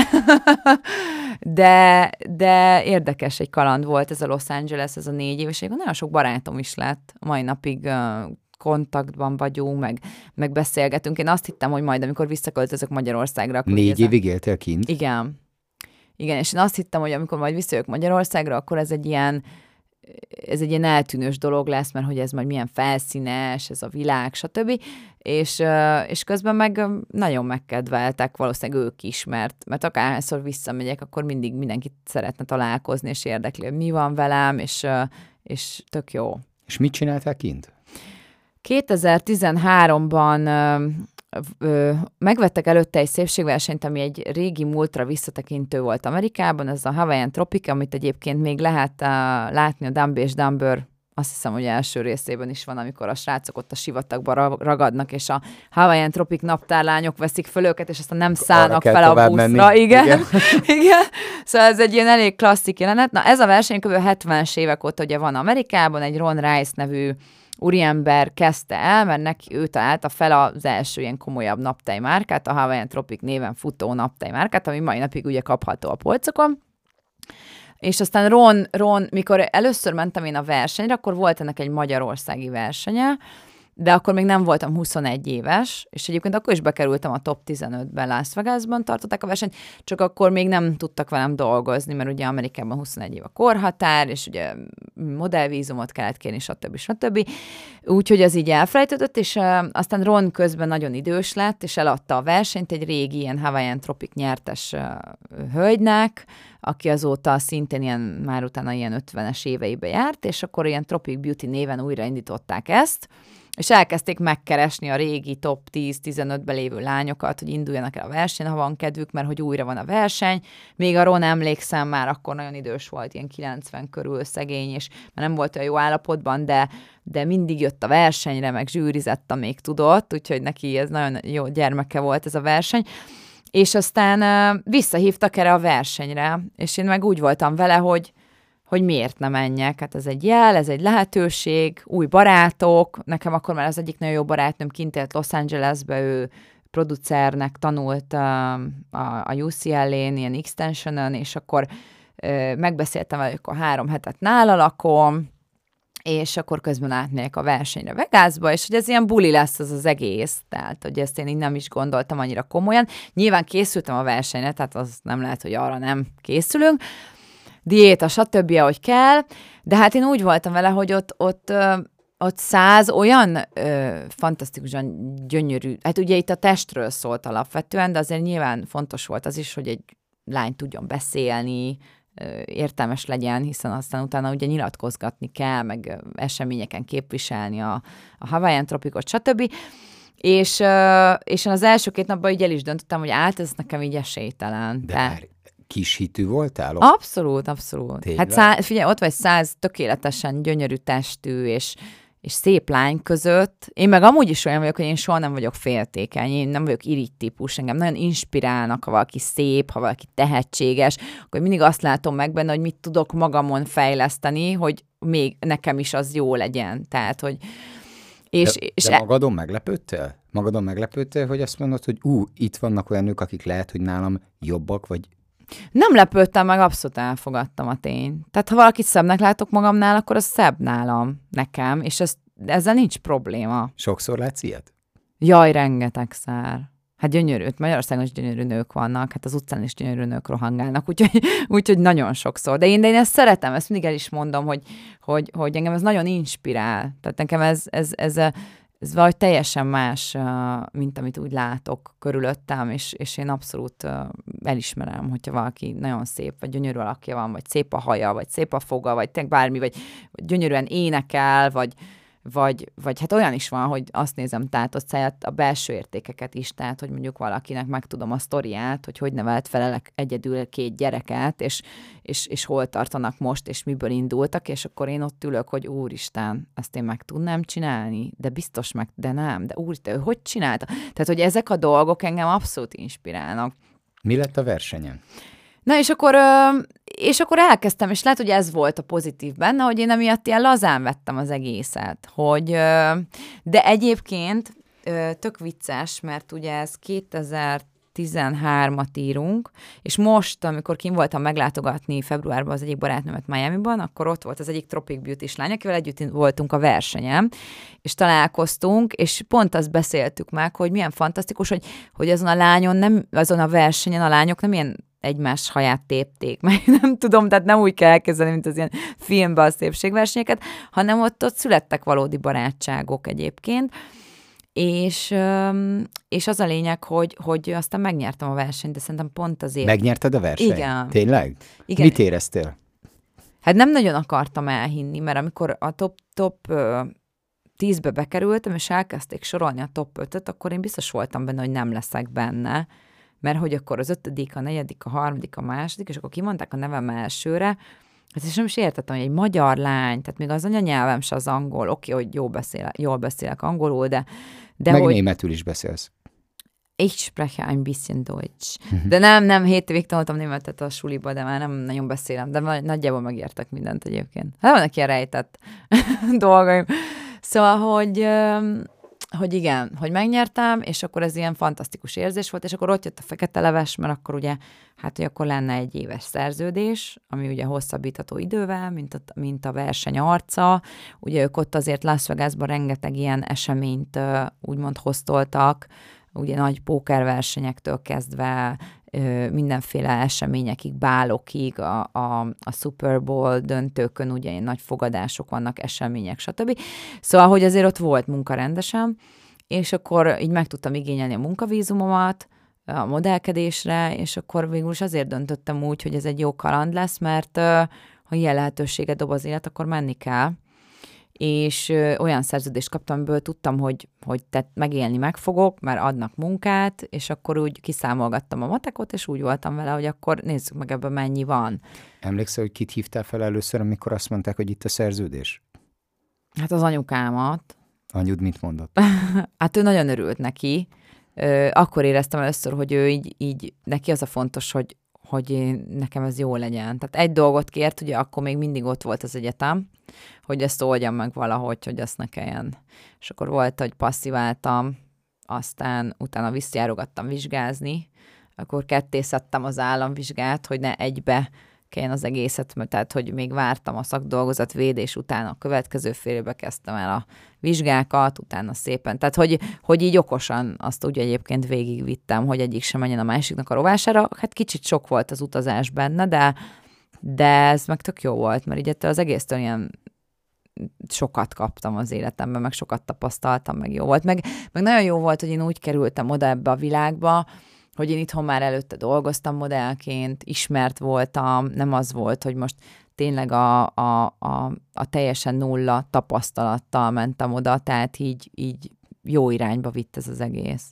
de, de érdekes egy kaland volt ez a Los Angeles, ez a négy év, és nagyon sok barátom is lett. Mai napig uh, kontaktban vagyunk, meg, meg beszélgetünk. Én azt hittem, hogy majd, amikor visszaköltözök Magyarországra... Akkor Négy évig éltél kint? Igen. Igen, és én azt hittem, hogy amikor majd visszajövök Magyarországra, akkor ez egy ilyen ez egy ilyen eltűnős dolog lesz, mert hogy ez majd milyen felszínes, ez a világ, stb. És, és közben meg nagyon megkedveltek valószínűleg ők is, mert, mert akárhányszor visszamegyek, akkor mindig mindenkit szeretne találkozni, és érdekli, hogy mi van velem, és, és tök jó. És mit csináltál kint? kétezer-tizenháromban ö, ö, megvettek előtte egy szépségversenyt, ami egy régi múltra visszatekintő volt Amerikában, ez a Hawaiian Tropic, amit egyébként még lehet uh, látni a Dumb és Dumber, azt hiszem, hogy első részében is van, amikor a srácok ott a sivatagban ragadnak, és a Hawaiian Tropic naptárlányok veszik föl őket, és aztán nem szállnak fel a buszra. Igen. Igen. Igen. Szóval ez egy ilyen elég klasszik jelenet. Na, ez a verseny kb. hetvenes évek óta ugye van Amerikában, egy Ron Rice nevű úriember kezdte el, mert neki ő találta fel az első ilyen komolyabb naptejmárkát, a Hawaiian Tropic néven futó naptejmárkát, ami mai napig ugye kapható a polcokon. És aztán Ron, Ron, mikor először mentem én a versenyre, akkor volt ennek egy magyarországi versenye, de akkor még nem voltam huszonegy éves, és egyébként akkor is bekerültem a top tizenötben, Las Vegasban tartották a versenyt, csak akkor még nem tudtak velem dolgozni, mert ugye Amerikában huszonegy év a korhatár, és ugye modellvízumot kellett kérni, stb. stb. Úgyhogy az így elfelejtődött, és uh, aztán Ron közben nagyon idős lett, és eladta a versenyt egy régi ilyen Hawaiian Tropic nyertes uh, hölgynek, aki azóta szintén ilyen, már utána ilyen ötvenes éveibe járt, és akkor ilyen Tropic Beauty néven újraindították ezt, és elkezdték megkeresni a régi top tíz-tizenötben lévő lányokat, hogy induljanak el a versenyen, ha van kedvük, mert hogy újra van a verseny. Még a Ron, emlékszem, már akkor nagyon idős volt, ilyen kilencven körül szegény, és már nem volt olyan jó állapotban, de, de mindig jött a versenyre, meg zsűrizett, amíg tudott, úgyhogy neki ez nagyon jó gyermeke volt ez a verseny. És aztán uh, visszahívtak erre a versenyre, és én meg úgy voltam vele, hogy hogy miért nem menjek. Hát ez egy jel, ez egy lehetőség, új barátok. Nekem akkor már az egyik nagyon jó barátnőm kint élt Los Angelesbe, ő producernek tanult uh, a, a U C L-én, ilyen extensionon, és akkor uh, megbeszéltem velük a három hetet nála lakom, és akkor közben átmegyek a versenyre Vegasba, és hogy ez ilyen buli lesz az az egész, tehát hogy ezt én így nem is gondoltam annyira komolyan. Nyilván készültem a versenyre, tehát az nem lehet, hogy arra nem készülünk, diéta, stb., ahogy kell, de hát én úgy voltam vele, hogy ott, ott, ott száz olyan ö, fantasztikusan gyönyörű, hát ugye itt a testről szólt alapvetően, de azért nyilván fontos volt az is, hogy egy lány tudjon beszélni, ö, értelmes legyen, hiszen aztán utána ugye nyilatkozgatni kell, meg eseményeken képviselni a, a Hawaiian Tropicot, stb., és, ö, és én az első két napban így el is döntöttem, hogy át ez nekem így esélytelen. De már kis hitű voltál? Ott? Abszolút, abszolút. Tényleg? Hát szá, figyelj, ott vagy száz tökéletesen gyönyörű testű, és, és szép lány között. Én meg amúgy is olyan vagyok, hogy én soha nem vagyok féltékeny, én nem vagyok irigy típus, engem nagyon inspirálnak, ha valaki szép, ha valaki tehetséges, akkor mindig azt látom meg benne, hogy mit tudok magamon fejleszteni, hogy még nekem is az jó legyen. Tehát, hogy és, de, és de magadon meglepődtél? Magadon meglepődtél, hogy azt mondod, hogy ú, itt vannak olyan nők, akik lehet, hogy nálam jobbak, vagy Nem lepődtem meg, abszolút elfogadtam a tényt. Tehát ha valakit szebbnek látok magamnál, akkor az szebb nálam, nekem, és ez, ezzel nincs probléma. Sokszor látsz ilyet? Jaj, rengetegszer. Hát gyönyörű, Magyarországon is gyönyörű nők vannak, hát az utcán is gyönyörű nők rohangálnak, úgyhogy, úgyhogy nagyon sokszor. De én, de én ezt szeretem, ezt mindig el is mondom, hogy, hogy, hogy engem ez nagyon inspirál. Tehát nekem ez, ez, ez, ez, ez valahogy teljesen más, mint amit úgy látok körülöttem, és, és én abszolút elismerem, hogyha valaki nagyon szép, vagy gyönyörű alakja van, vagy szép a haja, vagy szép a foga, vagy tényleg bármi, vagy, vagy gyönyörűen énekel, vagy Vagy, vagy hát olyan is van, hogy azt nézem tátott száját, a belső értékeket is, tehát, hogy mondjuk valakinek megtudom a sztoriát, hogy hogy nevelt fel egyedül két gyereket, és, és, és hol tartanak most, és miből indultak, és akkor én ott ülök, hogy úristen, ezt én meg tudnám csinálni, de biztos meg, de nem, de úristen, ő hogy csinálta? Tehát, hogy ezek a dolgok engem abszolút inspirálnak. Mi lett a versenyen? Na, és akkor, és akkor elkezdtem, és lehet, hogy ez volt a pozitív benne, hogy én emiatt ilyen lazán vettem az egészet, hogy, de egyébként tök vicces, mert ugye ez kétezer-tizenhármat írunk, és most, amikor kim voltam meglátogatni februárban az egyik barátnőmet Miamiban, akkor ott volt az egyik Tropic Beauty-s lány, akivel együtt voltunk a versenyen, és találkoztunk, és pont azt beszéltük meg, hogy milyen fantasztikus, hogy, hogy azon a lányon, nem, azon a versenyen a lányok nem ilyen egymás haját tépték, meg nem tudom, tehát nem úgy kell elkezdeni, mint az ilyen filmben a szépségversenyeket, hanem ott, ott születtek valódi barátságok egyébként, és, és az a lényeg, hogy, hogy aztán megnyertem a versenyt, de szerintem pont azért. Megnyerted a versenyt? Igen. Tényleg? Igen. Mit éreztél? Hát nem nagyon akartam elhinni, mert amikor a top, top tízbe bekerültem, és elkezdték sorolni a top ötöt, akkor én biztos voltam benne, hogy nem leszek benne, mert hogy akkor az ötödik, a negyedik, a harmadik, a második, és akkor kimondták a nevem elsőre, hát és nem is értettem, hogy egy magyar lány, tehát még az anyanyelvem se az angol, oké, hogy jó beszélek, jól beszélek angolul, de... de meg hogy... németül is beszélsz. Ich spreche ein bisschen Deutsch. De nem, nem, hét évig tanultam németet a suliba, de már nem nagyon beszélem, de nagyjából megértek mindent egyébként. Hát vannak ilyen rejtett dolgaim. Szóval, hogy... hogy igen, hogy megnyertem, és akkor ez ilyen fantasztikus érzés volt, és akkor ott jött a fekete leves, mert akkor ugye, hát, hogy akkor lenne egy éves szerződés, ami ugye hosszabbítható idővel, mint a, mint a verseny arca. Ugye ők ott azért Las Vegasban rengeteg ilyen eseményt uh, úgymond hoztoltak, ugye nagy pókerversenyektől kezdve mindenféle eseményekig, bálokig, a, a, a Super Bowl döntőkön ugye nagy fogadások vannak, események, stb. Szóval, hogy azért ott volt munka rendesen, és akkor így meg tudtam igényelni a munkavízumomat a modellkedésre, és akkor végül is azért döntöttem úgy, hogy ez egy jó kaland lesz, mert ha ilyen lehetőséget dob az élet, akkor menni kell. És ö, olyan szerződést kaptam, amiből tudtam, hogy, hogy te megélni meg fogok, mert adnak munkát, és akkor úgy kiszámolgattam a matekot, és úgy voltam vele, hogy akkor nézzük meg ebből mennyi van. Emlékszel, hogy kit hívtál fel először, amikor azt mondták, hogy itt a szerződés? Hát az anyukámat. Anyud mit mondott? Hát ő nagyon örült neki. Ö, akkor éreztem először, hogy ő így, így, neki az a fontos, hogy, hogy én, nekem ez jó legyen. Tehát egy dolgot kért, ugye akkor még mindig ott volt az egyetem, hogy ezt oldjam meg valahogy, hogy ezt ne kelljen. És akkor volt, hogy passziváltam, aztán utána visszajárogattam vizsgázni, akkor kettészettem az államvizsgát, hogy ne egybe kelljen az egészet, tehát hogy még vártam a szakdolgozat védés után, a következő fél évben kezdtem el a vizsgákat, utána szépen. Tehát, hogy, hogy így okosan azt úgy egyébként végigvittem, hogy egyik sem menjen a másiknak a rovására. Hát kicsit sok volt az utazás benne, de, de ez meg tök jó volt, mert így ettől az egésztől ilyen sokat kaptam az életemben, meg sokat tapasztaltam, meg jó volt. Meg, meg nagyon jó volt, hogy én úgy kerültem oda ebbe a világba, hogy én itthon már előtte dolgoztam modellként, ismert voltam, nem az volt, hogy most tényleg a, a, a, a teljesen nulla tapasztalattal mentem oda, tehát így, így jó irányba vitt ez az egész.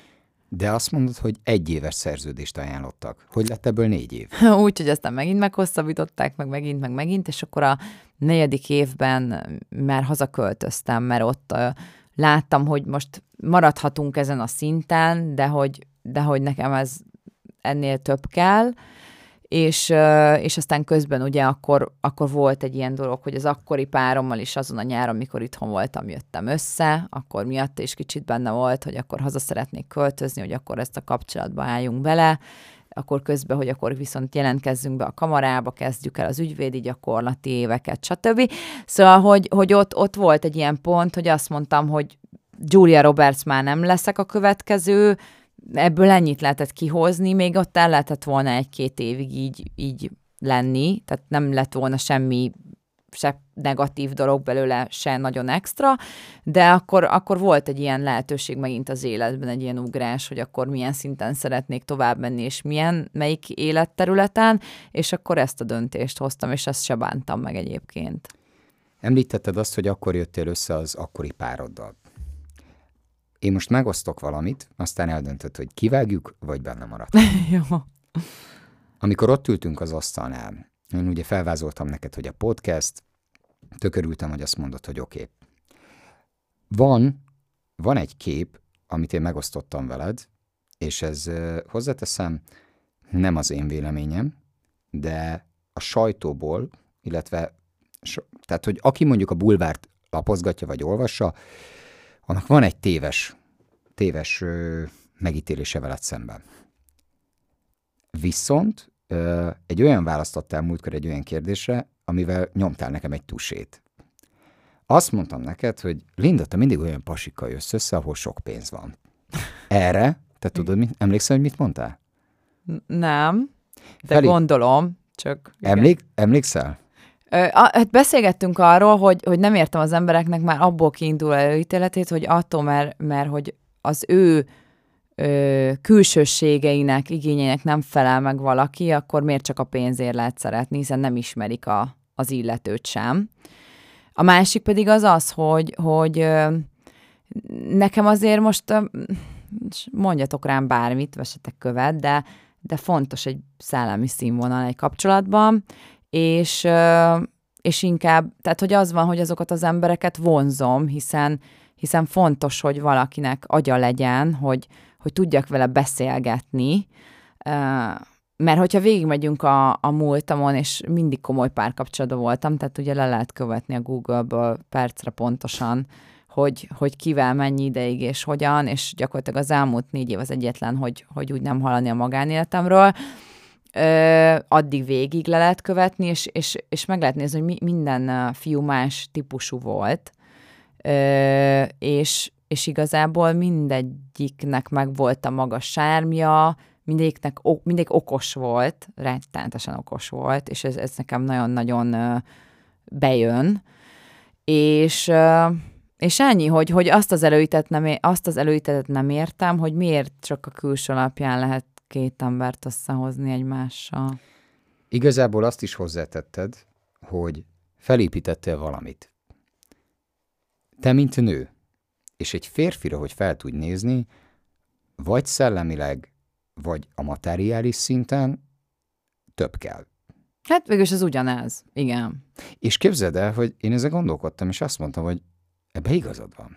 De azt mondod, hogy egy éves szerződést ajánlottak. Hogy lett ebből négy év? Úgy, hogy aztán megint meghosszabbították, meg megint, meg megint, és akkor a negyedik évben már hazaköltöztem, mert ott uh, láttam, hogy most maradhatunk ezen a szinten, de hogy, de hogy nekem ez ennél több kell, és, uh, és aztán közben ugye akkor, akkor volt egy ilyen dolog, hogy az akkori párommal is azon a nyáron, amikor itthon voltam, jöttem össze, akkor miatt is kicsit benne volt, hogy akkor haza szeretnék költözni, hogy akkor ezt a kapcsolatba álljunk bele, akkor közben, hogy akkor viszont jelentkezzünk be a kamarába, kezdjük el az ügyvédi gyakorlati éveket, stb. Szóval, hogy, hogy ott, ott volt egy ilyen pont, hogy azt mondtam, hogy Julia Roberts már nem leszek a következő, ebből ennyit lehetett kihozni, még ott el lehetett volna egy-két évig így, így lenni, tehát nem lett volna semmi se negatív dolog belőle, se nagyon extra, de akkor, akkor volt egy ilyen lehetőség megint az életben, egy ilyen ugrás, hogy akkor milyen szinten szeretnék tovább menni, és milyen, melyik életterületen, és akkor ezt a döntést hoztam, és ezt se bántam meg egyébként. Említetted azt, hogy akkor jöttél össze az akkori pároddal. Én most megosztok valamit, aztán eldöntöd, hogy kivágjuk, vagy benne maradt. Jó. Amikor ott ültünk az asztalnál, én ugye felvázoltam neked, hogy a podcast, tökörültem, hogy azt mondod, hogy oké. Okay. Van, van egy kép, amit én megosztottam veled, és ez hozzáteszem, nem az én véleményem, de a sajtóból, illetve, tehát, hogy aki mondjuk a bulvárt lapozgatja, vagy olvassa, annak van egy téves, téves ö, megítélése veled szemben. Viszont ö, egy olyan választ adtál múltkor egy olyan kérdésre, amivel nyomtál nekem egy tusét. Azt mondtam neked, hogy Linda, te mindig olyan pasikkal jössz össze, ahol sok pénz van. Erre, te tudod, mit, emlékszel, hogy mit mondtál? Nem, de Feli, gondolom, csak... Emlék, emlékszel? Hát beszélgettünk arról, hogy, hogy nem értem az embereknek már abból kiinduló előítéletét, hogy attól, mert, mert hogy az ő ö, külsőségeinek, igényeinek nem felel meg valaki, akkor miért csak a pénzért lehet szeretni, hiszen nem ismerik a, az illetőt sem. A másik pedig az az, hogy, hogy ö, nekem azért most, ö, mondjatok rám bármit, vessetek követ, de, de fontos egy szellemi színvonal egy kapcsolatban, és, és inkább, tehát hogy az van, hogy azokat az embereket vonzom, hiszen, hiszen fontos, hogy valakinek agya legyen, hogy, hogy tudjak vele beszélgetni, mert hogyha végigmegyünk a, a múltamon, és mindig komoly párkapcsolatban voltam, tehát ugye le lehet követni a Google-ből percre pontosan, hogy, hogy kivel mennyi ideig és hogyan, és gyakorlatilag az elmúlt négy év az egyetlen, hogy, hogy úgy nem hallani a magánéletemről, Ö, addig végig le lehet követni, és, és, és meg lehet nézni, hogy mi, minden fiú más típusú volt, Ö, és, és igazából mindegyiknek meg volt a maga sármja, mindegyiknek mindig okos volt, rettenetesen okos volt, és ez, ez nekem nagyon-nagyon bejön, és, és ennyi, hogy, hogy azt az előítet nem, azt az előítetet nem értem, hogy miért csak a külső alapján lehet két embert összehozni egymással. Igazából azt is hozzátetted, hogy felépítettél valamit. Te, mint nő, és egy férfira, hogy fel tudj nézni, vagy szellemileg, vagy a materiális szinten több kell. Hát végülis az ugyanez, igen. És képzeld el, hogy én ezzel gondolkodtam, és azt mondtam, hogy ebbe igazad van.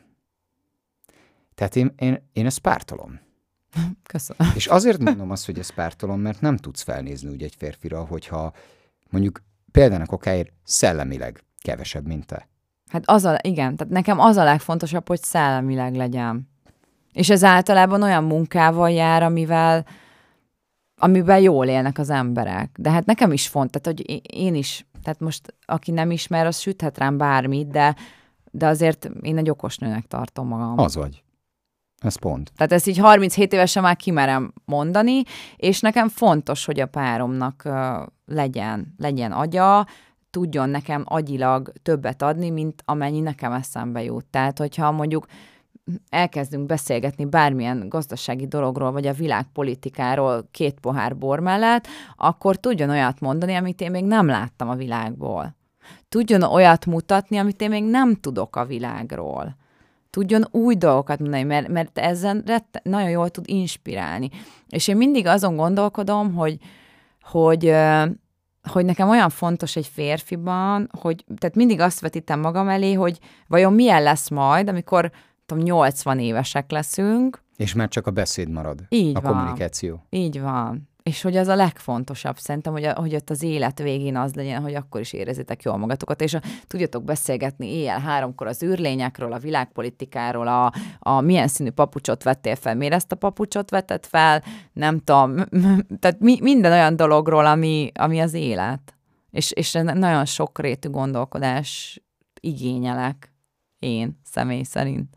Tehát én, én, én ezt pártolom. Köszönöm. És azért mondom azt, hogy ezt pártolom, mert nem tudsz felnézni úgy egy férfira, hogyha mondjuk példának okáért szellemileg kevesebb, mint te. Hát az a, igen, tehát nekem az a legfontosabb, hogy szellemileg legyen. És ez általában olyan munkával jár, amivel, amivel jól élnek az emberek. De hát nekem is fontos, tehát hogy én is, tehát most aki nem ismer, az süthet rám bármit, de, de azért én egy okos nőnek tartom magam. Az vagy. Ez pont. Tehát ezt így harminchét évesen már kimerem mondani, és nekem fontos, hogy a páromnak uh, legyen, legyen agya, tudjon nekem agyilag többet adni, mint amennyi nekem eszembe jut. Tehát, hogyha mondjuk elkezdünk beszélgetni bármilyen gazdasági dologról, vagy a világpolitikáról két pohár bor mellett, akkor tudjon olyat mondani, amit én még nem láttam a világból. Tudjon olyat mutatni, amit én még nem tudok a világról. Tudjon új dolgokat mondani, mert, mert ezen nagyon jól tud inspirálni. És én mindig azon gondolkodom, hogy, hogy, hogy nekem olyan fontos egy férfiban, hogy tehát mindig azt vetítem magam elé, hogy vajon milyen lesz majd, amikor tudom, nyolcvan évesek leszünk. És már csak a beszéd marad. Így a van. kommunikáció. Így van. És hogy az a legfontosabb szerintem, hogy, a, hogy ott az élet végén az legyen, hogy akkor is érezzétek jól magatokat, és a, tudjatok beszélgetni éjjel háromkor az űrlényekről, a világpolitikáról, a, a milyen színű papucsot vettél fel, miért ezt a papucsot vetted fel, nem tudom, tehát mi, minden olyan dologról, ami, ami az élet. És, és nagyon sokrétű gondolkodás igényelek én személy szerint.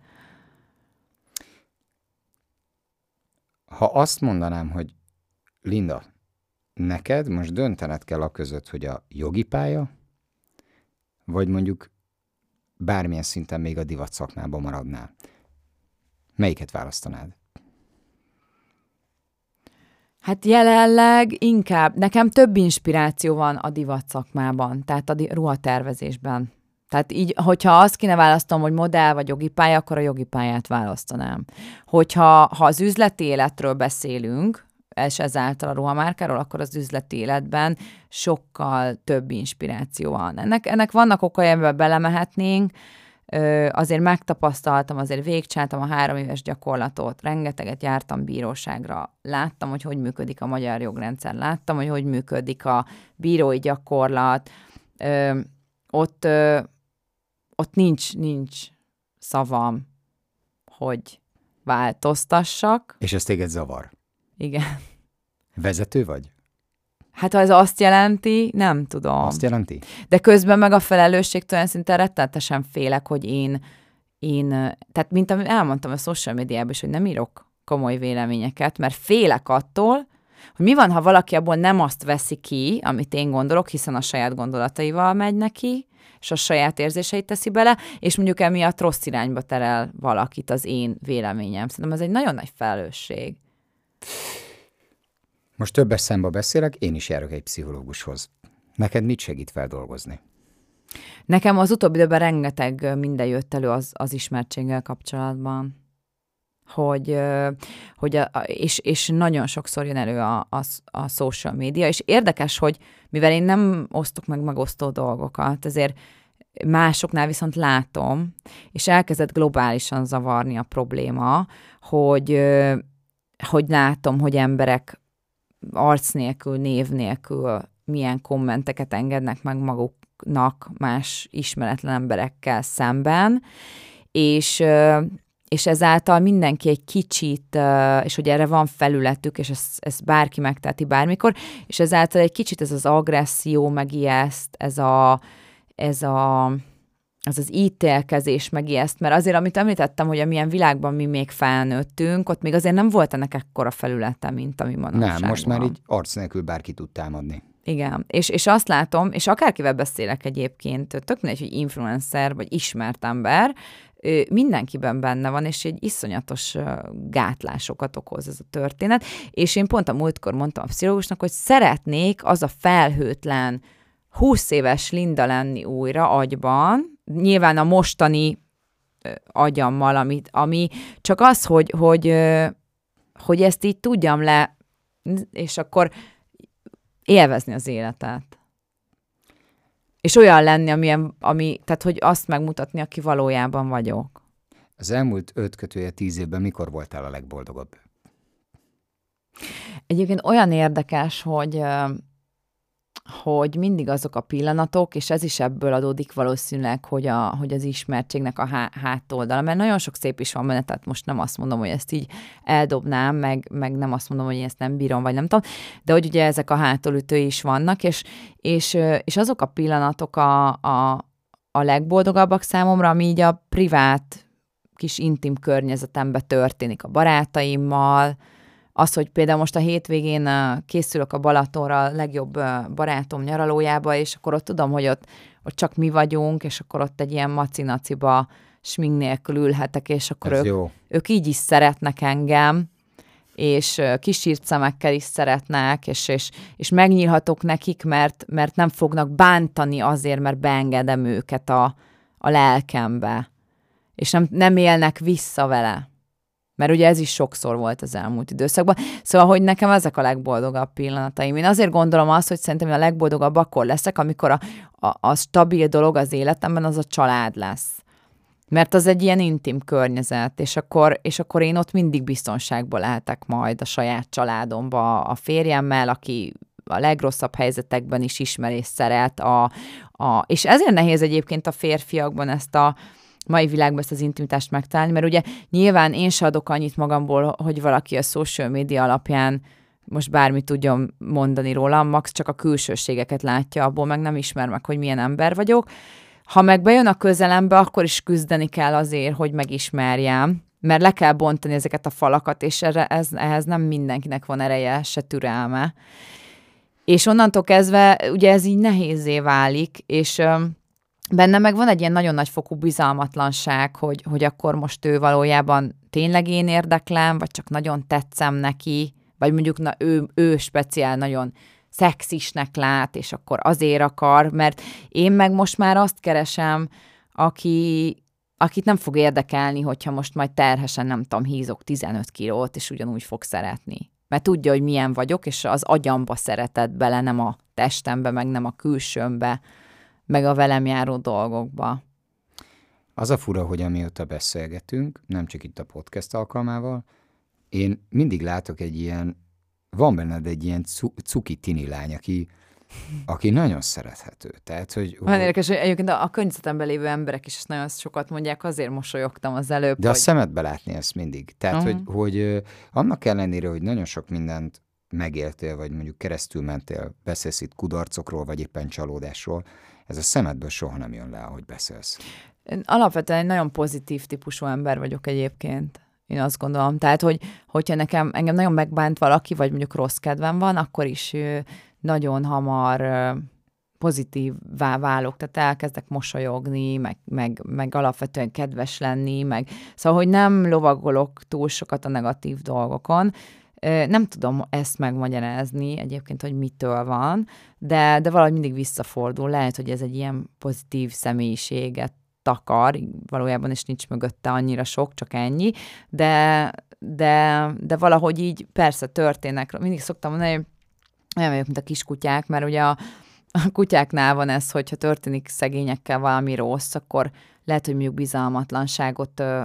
Ha azt mondanám, hogy Linda, neked most döntened kell a között, hogy a jogi pálya, vagy mondjuk bármilyen szinten még a divat szakmában maradnál. Melyiket választanád? Hát jelenleg inkább, nekem több inspiráció van a divat szakmában, tehát a di- ruhatervezésben. Tehát így, hogyha azt kéne választom, hogy modell vagy jogi pálya, akkor a jogi pályát választanám. Hogyha ha az üzleti életről beszélünk, és ezáltal a ruhamárkáról, akkor az üzleti életben sokkal több inspiráció van. Ennek, ennek vannak okai, amiben belemehetnénk, Ö, azért megtapasztaltam, azért végigcsináltam a három éves gyakorlatot, rengeteget jártam bíróságra, láttam, hogy hogy működik a magyar jogrendszer, láttam, hogy hogy működik a bírói gyakorlat, ö, ott, ö, ott nincs, nincs szavam, hogy változtassak. És ez téged zavar? Igen. Vezető vagy? Hát ha ez azt jelenti, nem tudom. Azt jelenti? De közben meg a felelősségtől szinte rettenetesen félek, hogy én, én, tehát mint amit elmondtam a social médiában is, hogy nem írok komoly véleményeket, mert félek attól, hogy mi van, ha valaki abból nem azt veszi ki, amit én gondolok, hiszen a saját gondolataival megy neki, és a saját érzéseit teszi bele, és mondjuk emiatt rossz irányba terel valakit az én véleményem. Szerintem ez egy nagyon nagy felelősség. Most többes számba beszélek, én is járok egy pszichológushoz. Neked mit segít feldolgozni? Nekem az utóbbi időben rengeteg minden jött elő az, az ismertséggel kapcsolatban. Hogy, hogy a, és, és nagyon sokszor jön elő a, a, a social média, és érdekes, hogy mivel én nem osztok meg megosztó dolgokat, ezért másoknál viszont látom, és elkezdett globálisan zavarni a probléma, hogy, hogy látom, hogy emberek arc nélkül, név nélkül milyen kommenteket engednek meg maguknak más ismeretlen emberekkel szemben, és, és ezáltal mindenki egy kicsit, és hogy erre van felületük, és ezt, ezt bárki megteheti bármikor, és ezáltal egy kicsit ez az agresszió, meg ijeszt, ez a, ez a az az ítélkezés meg ijeszt, mert azért, amit említettem, hogy amilyen világban mi még felnőttünk, ott még azért nem volt ennek ekkora felülete, mint ami manapság. Nem, most már így arc nélkül bárki tud támadni. Igen, és, és azt látom, és akárkivel beszélek egyébként, tök mindegy, hogy influencer, vagy ismert ember, mindenkiben benne van, és egy iszonyatos gátlásokat okoz ez a történet, és én pont a múltkor mondtam a pszichológusnak, hogy szeretnék az a felhőtlen, húsz éves Linda lenni újra agyban, nyilván a mostani ö, agyammal, amit, ami csak az, hogy, hogy, ö, hogy ezt így tudjam le, és akkor élvezni az életet. És olyan lenni, amilyen, ami, tehát hogy azt megmutatni, aki valójában vagyok. Az elmúlt öt kötője tíz évben mikor voltál a legboldogabb? Egyébként olyan érdekes, hogy... Ö, hogy mindig azok a pillanatok, és ez is ebből adódik valószínűleg, hogy, a, hogy az ismertségnek a há, hátoldala, mert nagyon sok szép is van benne, tehát most nem azt mondom, hogy ezt így eldobnám, meg, meg nem azt mondom, hogy én ezt nem bírom, vagy nem tudom, de hogy ugye ezek a hátulütői is vannak, és, és, és azok a pillanatok a, a, a legboldogabbak számomra, ami így a privát, kis intim környezetemben történik a barátaimmal, az, hogy például most a hétvégén készülök a Balatonra a legjobb barátom nyaralójába, és akkor ott tudom, hogy ott, ott csak mi vagyunk, és akkor ott egy ilyen macinaciba smink nélkül ülhetek, és akkor ők, ők így is szeretnek engem, és kisírt szemekkel is szeretnek, és, és, és megnyílhatok nekik, mert, mert nem fognak bántani azért, mert beengedem őket a, a lelkembe, és nem, nem élnek vissza vele. Mert ugye ez is sokszor volt az elmúlt időszakban. Szóval, hogy nekem ezek a legboldogabb pillanataim. Én azért gondolom azt, hogy szerintem a legboldogabb akkor leszek, amikor a, a, a stabil dolog az életemben az a család lesz. Mert az egy ilyen intim környezet, és akkor, és akkor én ott mindig biztonságban lehetek majd a saját családomba, a férjemmel, aki a legrosszabb helyzetekben is ismer és szeret. A, a, és ezért nehéz egyébként a férfiakban ezt a mai világban ezt az intimitást megtalálni, mert ugye nyilván én se adok annyit magamból, hogy valaki a social media alapján most bármit tudjon mondani rólam, max csak a külsőségeket látja, abból meg nem ismer meg, hogy milyen ember vagyok. Ha meg bejön a közelembe, akkor is küzdeni kell azért, hogy megismerjem, mert le kell bontani ezeket a falakat, és erre, ez, ehhez nem mindenkinek van ereje, se türelme. És onnantól kezdve ugye ez így nehézzé válik, és öm, benne meg van egy ilyen nagyon nagyfokú bizalmatlanság, hogy, hogy akkor most ő valójában tényleg én érdeklem, vagy csak nagyon tetszem neki, vagy mondjuk na, ő, ő speciál nagyon szexisnek lát, és akkor azért akar, mert én meg most már azt keresem, aki, akit nem fog érdekelni, hogyha most majd terhesen, nem tudom, hízok tizenöt kilót, és ugyanúgy fog szeretni. Mert tudja, hogy milyen vagyok, és az agyamba szeretett bele, nem a testembe, meg nem a külsőmbe, meg a velem járó dolgokba. Az a fura, hogy amióta beszélgetünk, nem csak itt a podcast alkalmával, én mindig látok egy ilyen, van benned egy ilyen cuki tini lány, aki, aki nagyon szerethető. Tehát, hogy, Van érdekes, hogy egyébként a, a környezetemben lévő emberek is ezt nagyon sokat mondják, azért mosolyogtam az előbb. De hogy... a szemedbe látni ezt mindig. Tehát, uh-huh. hogy, hogy annak ellenére, hogy nagyon sok mindent megéltél, vagy mondjuk keresztül mentél, beszélsz itt kudarcokról, vagy éppen csalódásról, ez a szemedből soha nem jön le, ahogy beszélsz. Én alapvetően egy nagyon pozitív típusú ember vagyok egyébként. Én azt gondolom. Tehát, hogy, hogyha nekem engem nagyon megbánt valaki, vagy mondjuk rossz kedvem van, akkor is nagyon hamar pozitívvá válok. Tehát elkezdek mosolyogni, meg, meg, meg alapvetően kedves lenni, meg szóval, hogy nem lovagolok túl sokat a negatív dolgokon. Nem tudom ezt megmagyarázni egyébként, hogy mitől van, de, de valahogy mindig visszafordul. Lehet, hogy ez egy ilyen pozitív személyiséget takar, valójában is nincs mögötte annyira sok, csak ennyi, de, de, de valahogy így persze történnek. Mindig szoktam mondani, hogy olyan vagyok, mint a kiskutyák, mert ugye a, a kutyáknál van ez, hogyha történik szegényekkel valami rossz, akkor lehet, hogy mondjuk bizalmatlanságot ö,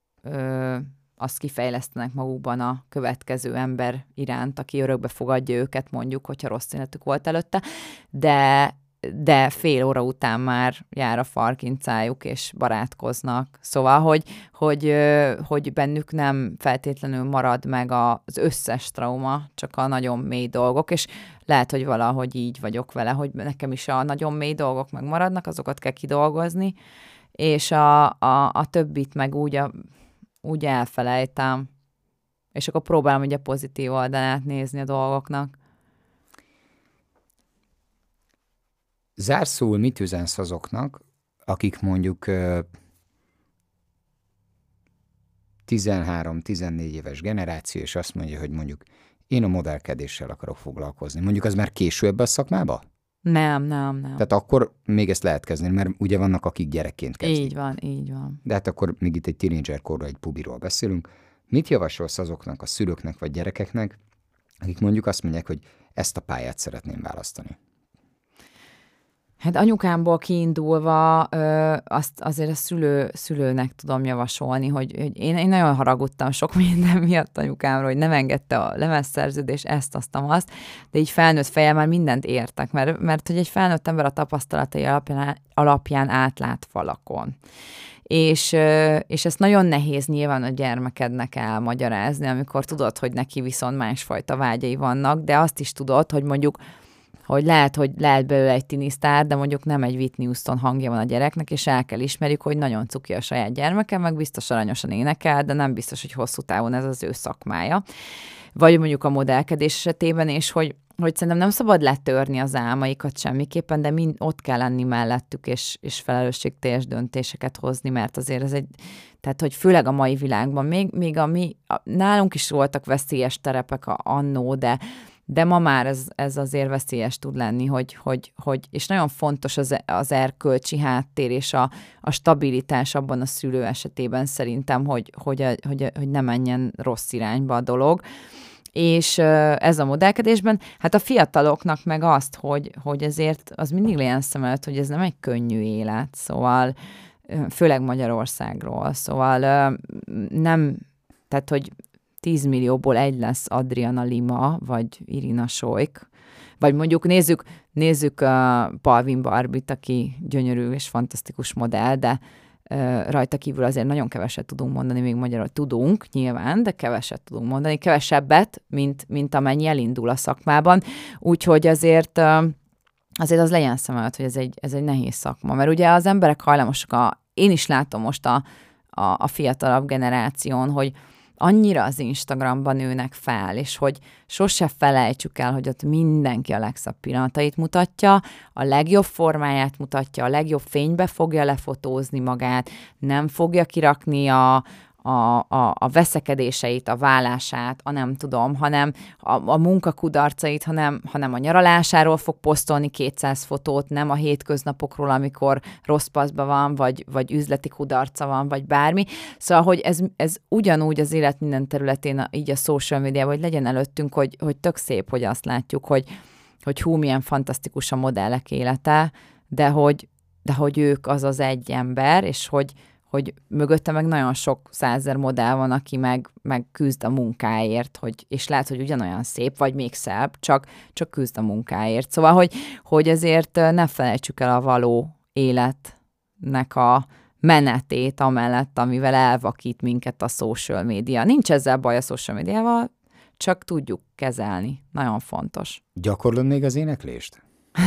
ö, azt kifejlesztenek magukban a következő ember iránt, aki örökbe fogadja őket, mondjuk, hogyha rossz életük volt előtte, de de fél óra után már jár a farkincájuk, és barátkoznak. Szóval, hogy, hogy, hogy bennük nem feltétlenül marad meg az összes trauma, csak a nagyon mély dolgok, és lehet, hogy valahogy így vagyok vele, hogy nekem is a nagyon mély dolgok megmaradnak, azokat kell kidolgozni, és a, a, a többit meg úgy, a, úgy elfelejtem, és akkor próbálom ugye pozitív oldalát nézni a dolgoknak. Zárszóul mit üzensz azoknak, akik mondjuk tizenhárom-tizennégy éves generáció, és azt mondja, hogy mondjuk én a modellkedéssel akarok foglalkozni. Mondjuk az már késő ebbe a szakmába? Nem, nem, nem. Tehát akkor még ezt lehet kezdeni, mert ugye vannak, akik gyerekként kezdik. Így van, így van. De hát akkor még itt egy tínédzserkorról, egy pubiról beszélünk. Mit javasolsz azoknak a szülőknek vagy gyerekeknek, akik mondjuk azt mondják, hogy ezt a pályát szeretném választani? Hát anyukámból kiindulva ö, azt azért a szülő, szülőnek tudom javasolni, hogy, hogy én, én nagyon haragudtam sok minden miatt anyukámról, hogy nem engedte a lemezszerződést, ezt, azt, azt, de így felnőtt fejjel már mindent értek, mert, mert hogy egy felnőtt ember a tapasztalatai alapján, alapján átlát falakon. És, és ezt nagyon nehéz nyilván a gyermekednek elmagyarázni, amikor tudod, hogy neki viszont másfajta vágyai vannak, de azt is tudod, hogy mondjuk hogy lehet, hogy lehet belőle egy tinisztár, de mondjuk nem egy Whitney Houston hangja van a gyereknek, és el kell ismerjük, hogy nagyon cuki a saját gyermeke, meg biztos aranyosan énekel, de nem biztos, hogy hosszú távon ez az ő szakmája. Vagy mondjuk a modellkedés esetében, és hogy, hogy szerintem nem szabad letörni az álmaikat semmiképpen, de mind ott kell lenni mellettük, és, és felelősségteljes döntéseket hozni, mert azért ez egy, tehát hogy főleg a mai világban, még, még a mi, a, nálunk is voltak veszélyes terepek a, annó, de De ma már ez, ez azért veszélyes tud lenni, hogy, hogy, hogy és nagyon fontos az, az erkölcsi háttér és a, a stabilitás abban a szülő esetében szerintem, hogy, hogy, hogy, hogy ne menjen rossz irányba a dolog. És ez a modellkedésben, hát a fiataloknak meg azt, hogy, hogy ezért az mindig legyen szem előtt, hogy ez nem egy könnyű élet, szóval főleg Magyarországról. Szóval nem, tehát, hogy tíz millióból egy lesz Adriana Lima, vagy Irina Shayk, vagy mondjuk nézzük, nézzük a Balvin Barbit, aki gyönyörű és fantasztikus modell, de uh, rajta kívül azért nagyon keveset tudunk mondani, még magyarul tudunk nyilván, de keveset tudunk mondani, kevesebbet, mint, mint amennyi elindul a szakmában. Úgyhogy azért, uh, azért az legyen szem előtt, hogy ez egy, ez egy nehéz szakma, mert ugye az emberek hajlamosak, a, én is látom most a, a, a fiatalabb generáción, hogy annyira az Instagramban nőnek fel, és hogy sose felejtsük el, hogy ott mindenki a legszebb pillanatait mutatja, a legjobb formáját mutatja, a legjobb fénybe fogja lefotózni magát, nem fogja kirakni a, a, a, a veszekedéseit, a vállását, a nem tudom, hanem a, a munkakudarcait, hanem, hanem a nyaralásáról fog posztolni kétszáz fotót, nem a hétköznapokról, amikor rossz paszba van, vagy, vagy üzleti kudarca van, vagy bármi. Szóval, hogy ez, ez ugyanúgy az élet minden területén, így a social media, hogy legyen előttünk, hogy, hogy tök szép, hogy azt látjuk, hogy, hogy hú, milyen fantasztikus a modellek élete, de hogy, de hogy ők az az egy ember, és hogy hogy mögötte meg nagyon sok százezer modell van, aki meg, meg küzd a munkáért, hogy, és lehet, hogy ugyanolyan szép, vagy még szebb, csak, csak küzd a munkáért. Szóval, hogy, hogy ezért ne felejtsük el a való életnek a menetét amellett, amivel elvakít minket a social media. Nincs ezzel baj a social mediával, csak tudjuk kezelni. Nagyon fontos. Gyakorlod még az éneklést?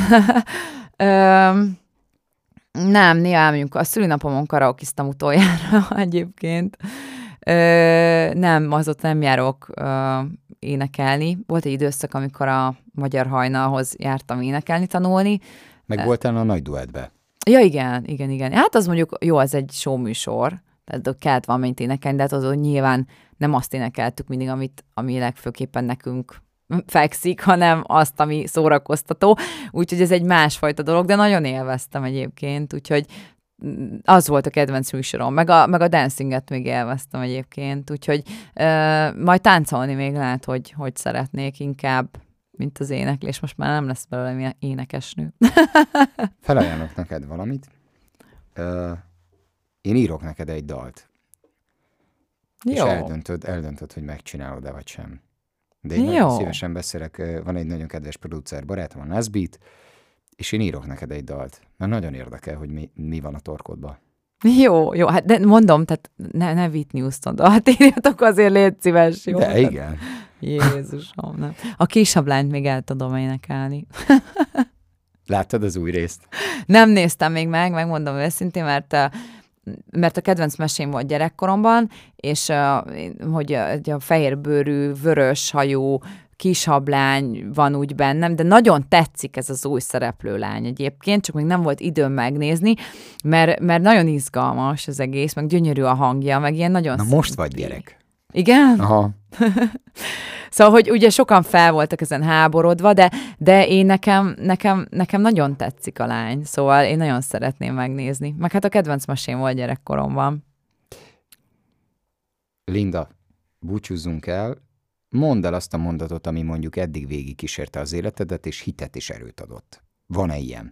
Öm... Nem, néha elmegyünk. A szülinapomon karaokiztam utoljára egyébként. Ö, nem, azóta nem járok ö, énekelni. Volt egy időszak, amikor a Magyar Hajnalhoz jártam énekelni, tanulni. Meg voltál a Nagy Duettbe. Ja, igen, igen, igen. Hát az mondjuk, jó, az egy showműsor, tehát kellett valamennyit énekelni, de hát azon nyilván nem azt énekeltük mindig, amit, ami legfőképpen nekünk fekszik, hanem azt, ami szórakoztató. Úgyhogy ez egy másfajta dolog, de nagyon élveztem egyébként, úgyhogy az volt a kedvenc műsorom, meg a, meg a dancinget még élveztem egyébként, úgyhogy uh, majd táncolni még lehet, hogy, hogy szeretnék inkább, mint az éneklés. Most már nem lesz belőle énekesnő. Felajánlok neked valamit. Uh, én írok neked egy dalt. Jó. És eldöntöd, eldöntöd, hogy megcsinálod-e vagy sem. De én nagyon szívesen beszélek, van egy nagyon kedves producer barátom, a Nazbeat, és én írok neked egy dalt, mert nagyon érdekel, hogy mi, mi van a torkodban. Jó, jó, hát de mondom, tehát ne, ne Whitney Houston dalt írjatok, azért légy szíves, jó? De tehát, igen. Jézusom, nem. A Kisablányt még el tudom énekelni. Láttad az új részt? Nem néztem még meg, megmondom őszintén, mert mert a kedvenc mesém volt gyerekkoromban, és uh, hogy a fehérbőrű, vörös hajú kishablány van úgy bennem, de nagyon tetszik ez az új szereplőlány egyébként, csak még nem volt időm megnézni, mert, mert nagyon izgalmas az egész, meg gyönyörű a hangja, meg ilyen nagyon... Na szép. Most vagy gyerek. Igen? Aha. Szóval, hogy ugye sokan fel voltak ezen háborodva, de, de én nekem, nekem, nekem nagyon tetszik a lány, szóval én nagyon szeretném megnézni. Meg hát a kedvenc mesém volt gyerekkoromban. Linda, búcsúzzunk el. Mondd el azt a mondatot, ami mondjuk eddig végig kísérte az életedet, és hitet és erőt adott. Van-e ilyen?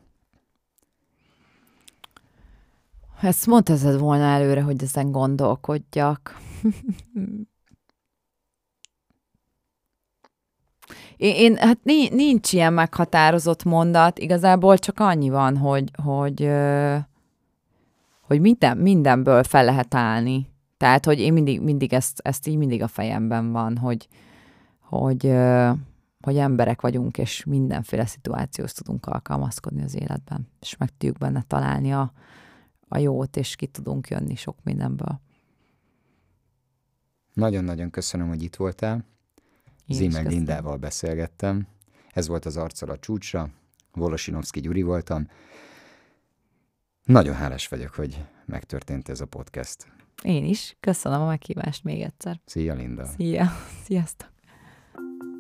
Ezt mondtad volna előre, hogy ezen gondolkodjak. Én, én, hát nincs ilyen meghatározott mondat, igazából csak annyi van, hogy, hogy, hogy minden, mindenből fel lehet állni. Tehát, hogy én mindig, mindig ezt, ezt így mindig a fejemben van, hogy, hogy, hogy emberek vagyunk, és mindenféle szituációhoz tudunk alkalmazkodni az életben, és meg tudjuk benne találni a, a jót, és ki tudunk jönni sok mindenből. Nagyon-nagyon köszönöm, hogy itt voltál. Zimmer Lindával beszélgettem. Ez volt az Arccal a csúcsra. Volosinovszky Gyuri voltam. Nagyon hálás vagyok, hogy megtörtént ez a podcast. Én is. Köszönöm a meghívást még egyszer. Szia, Linda. Szia. Sziasztok.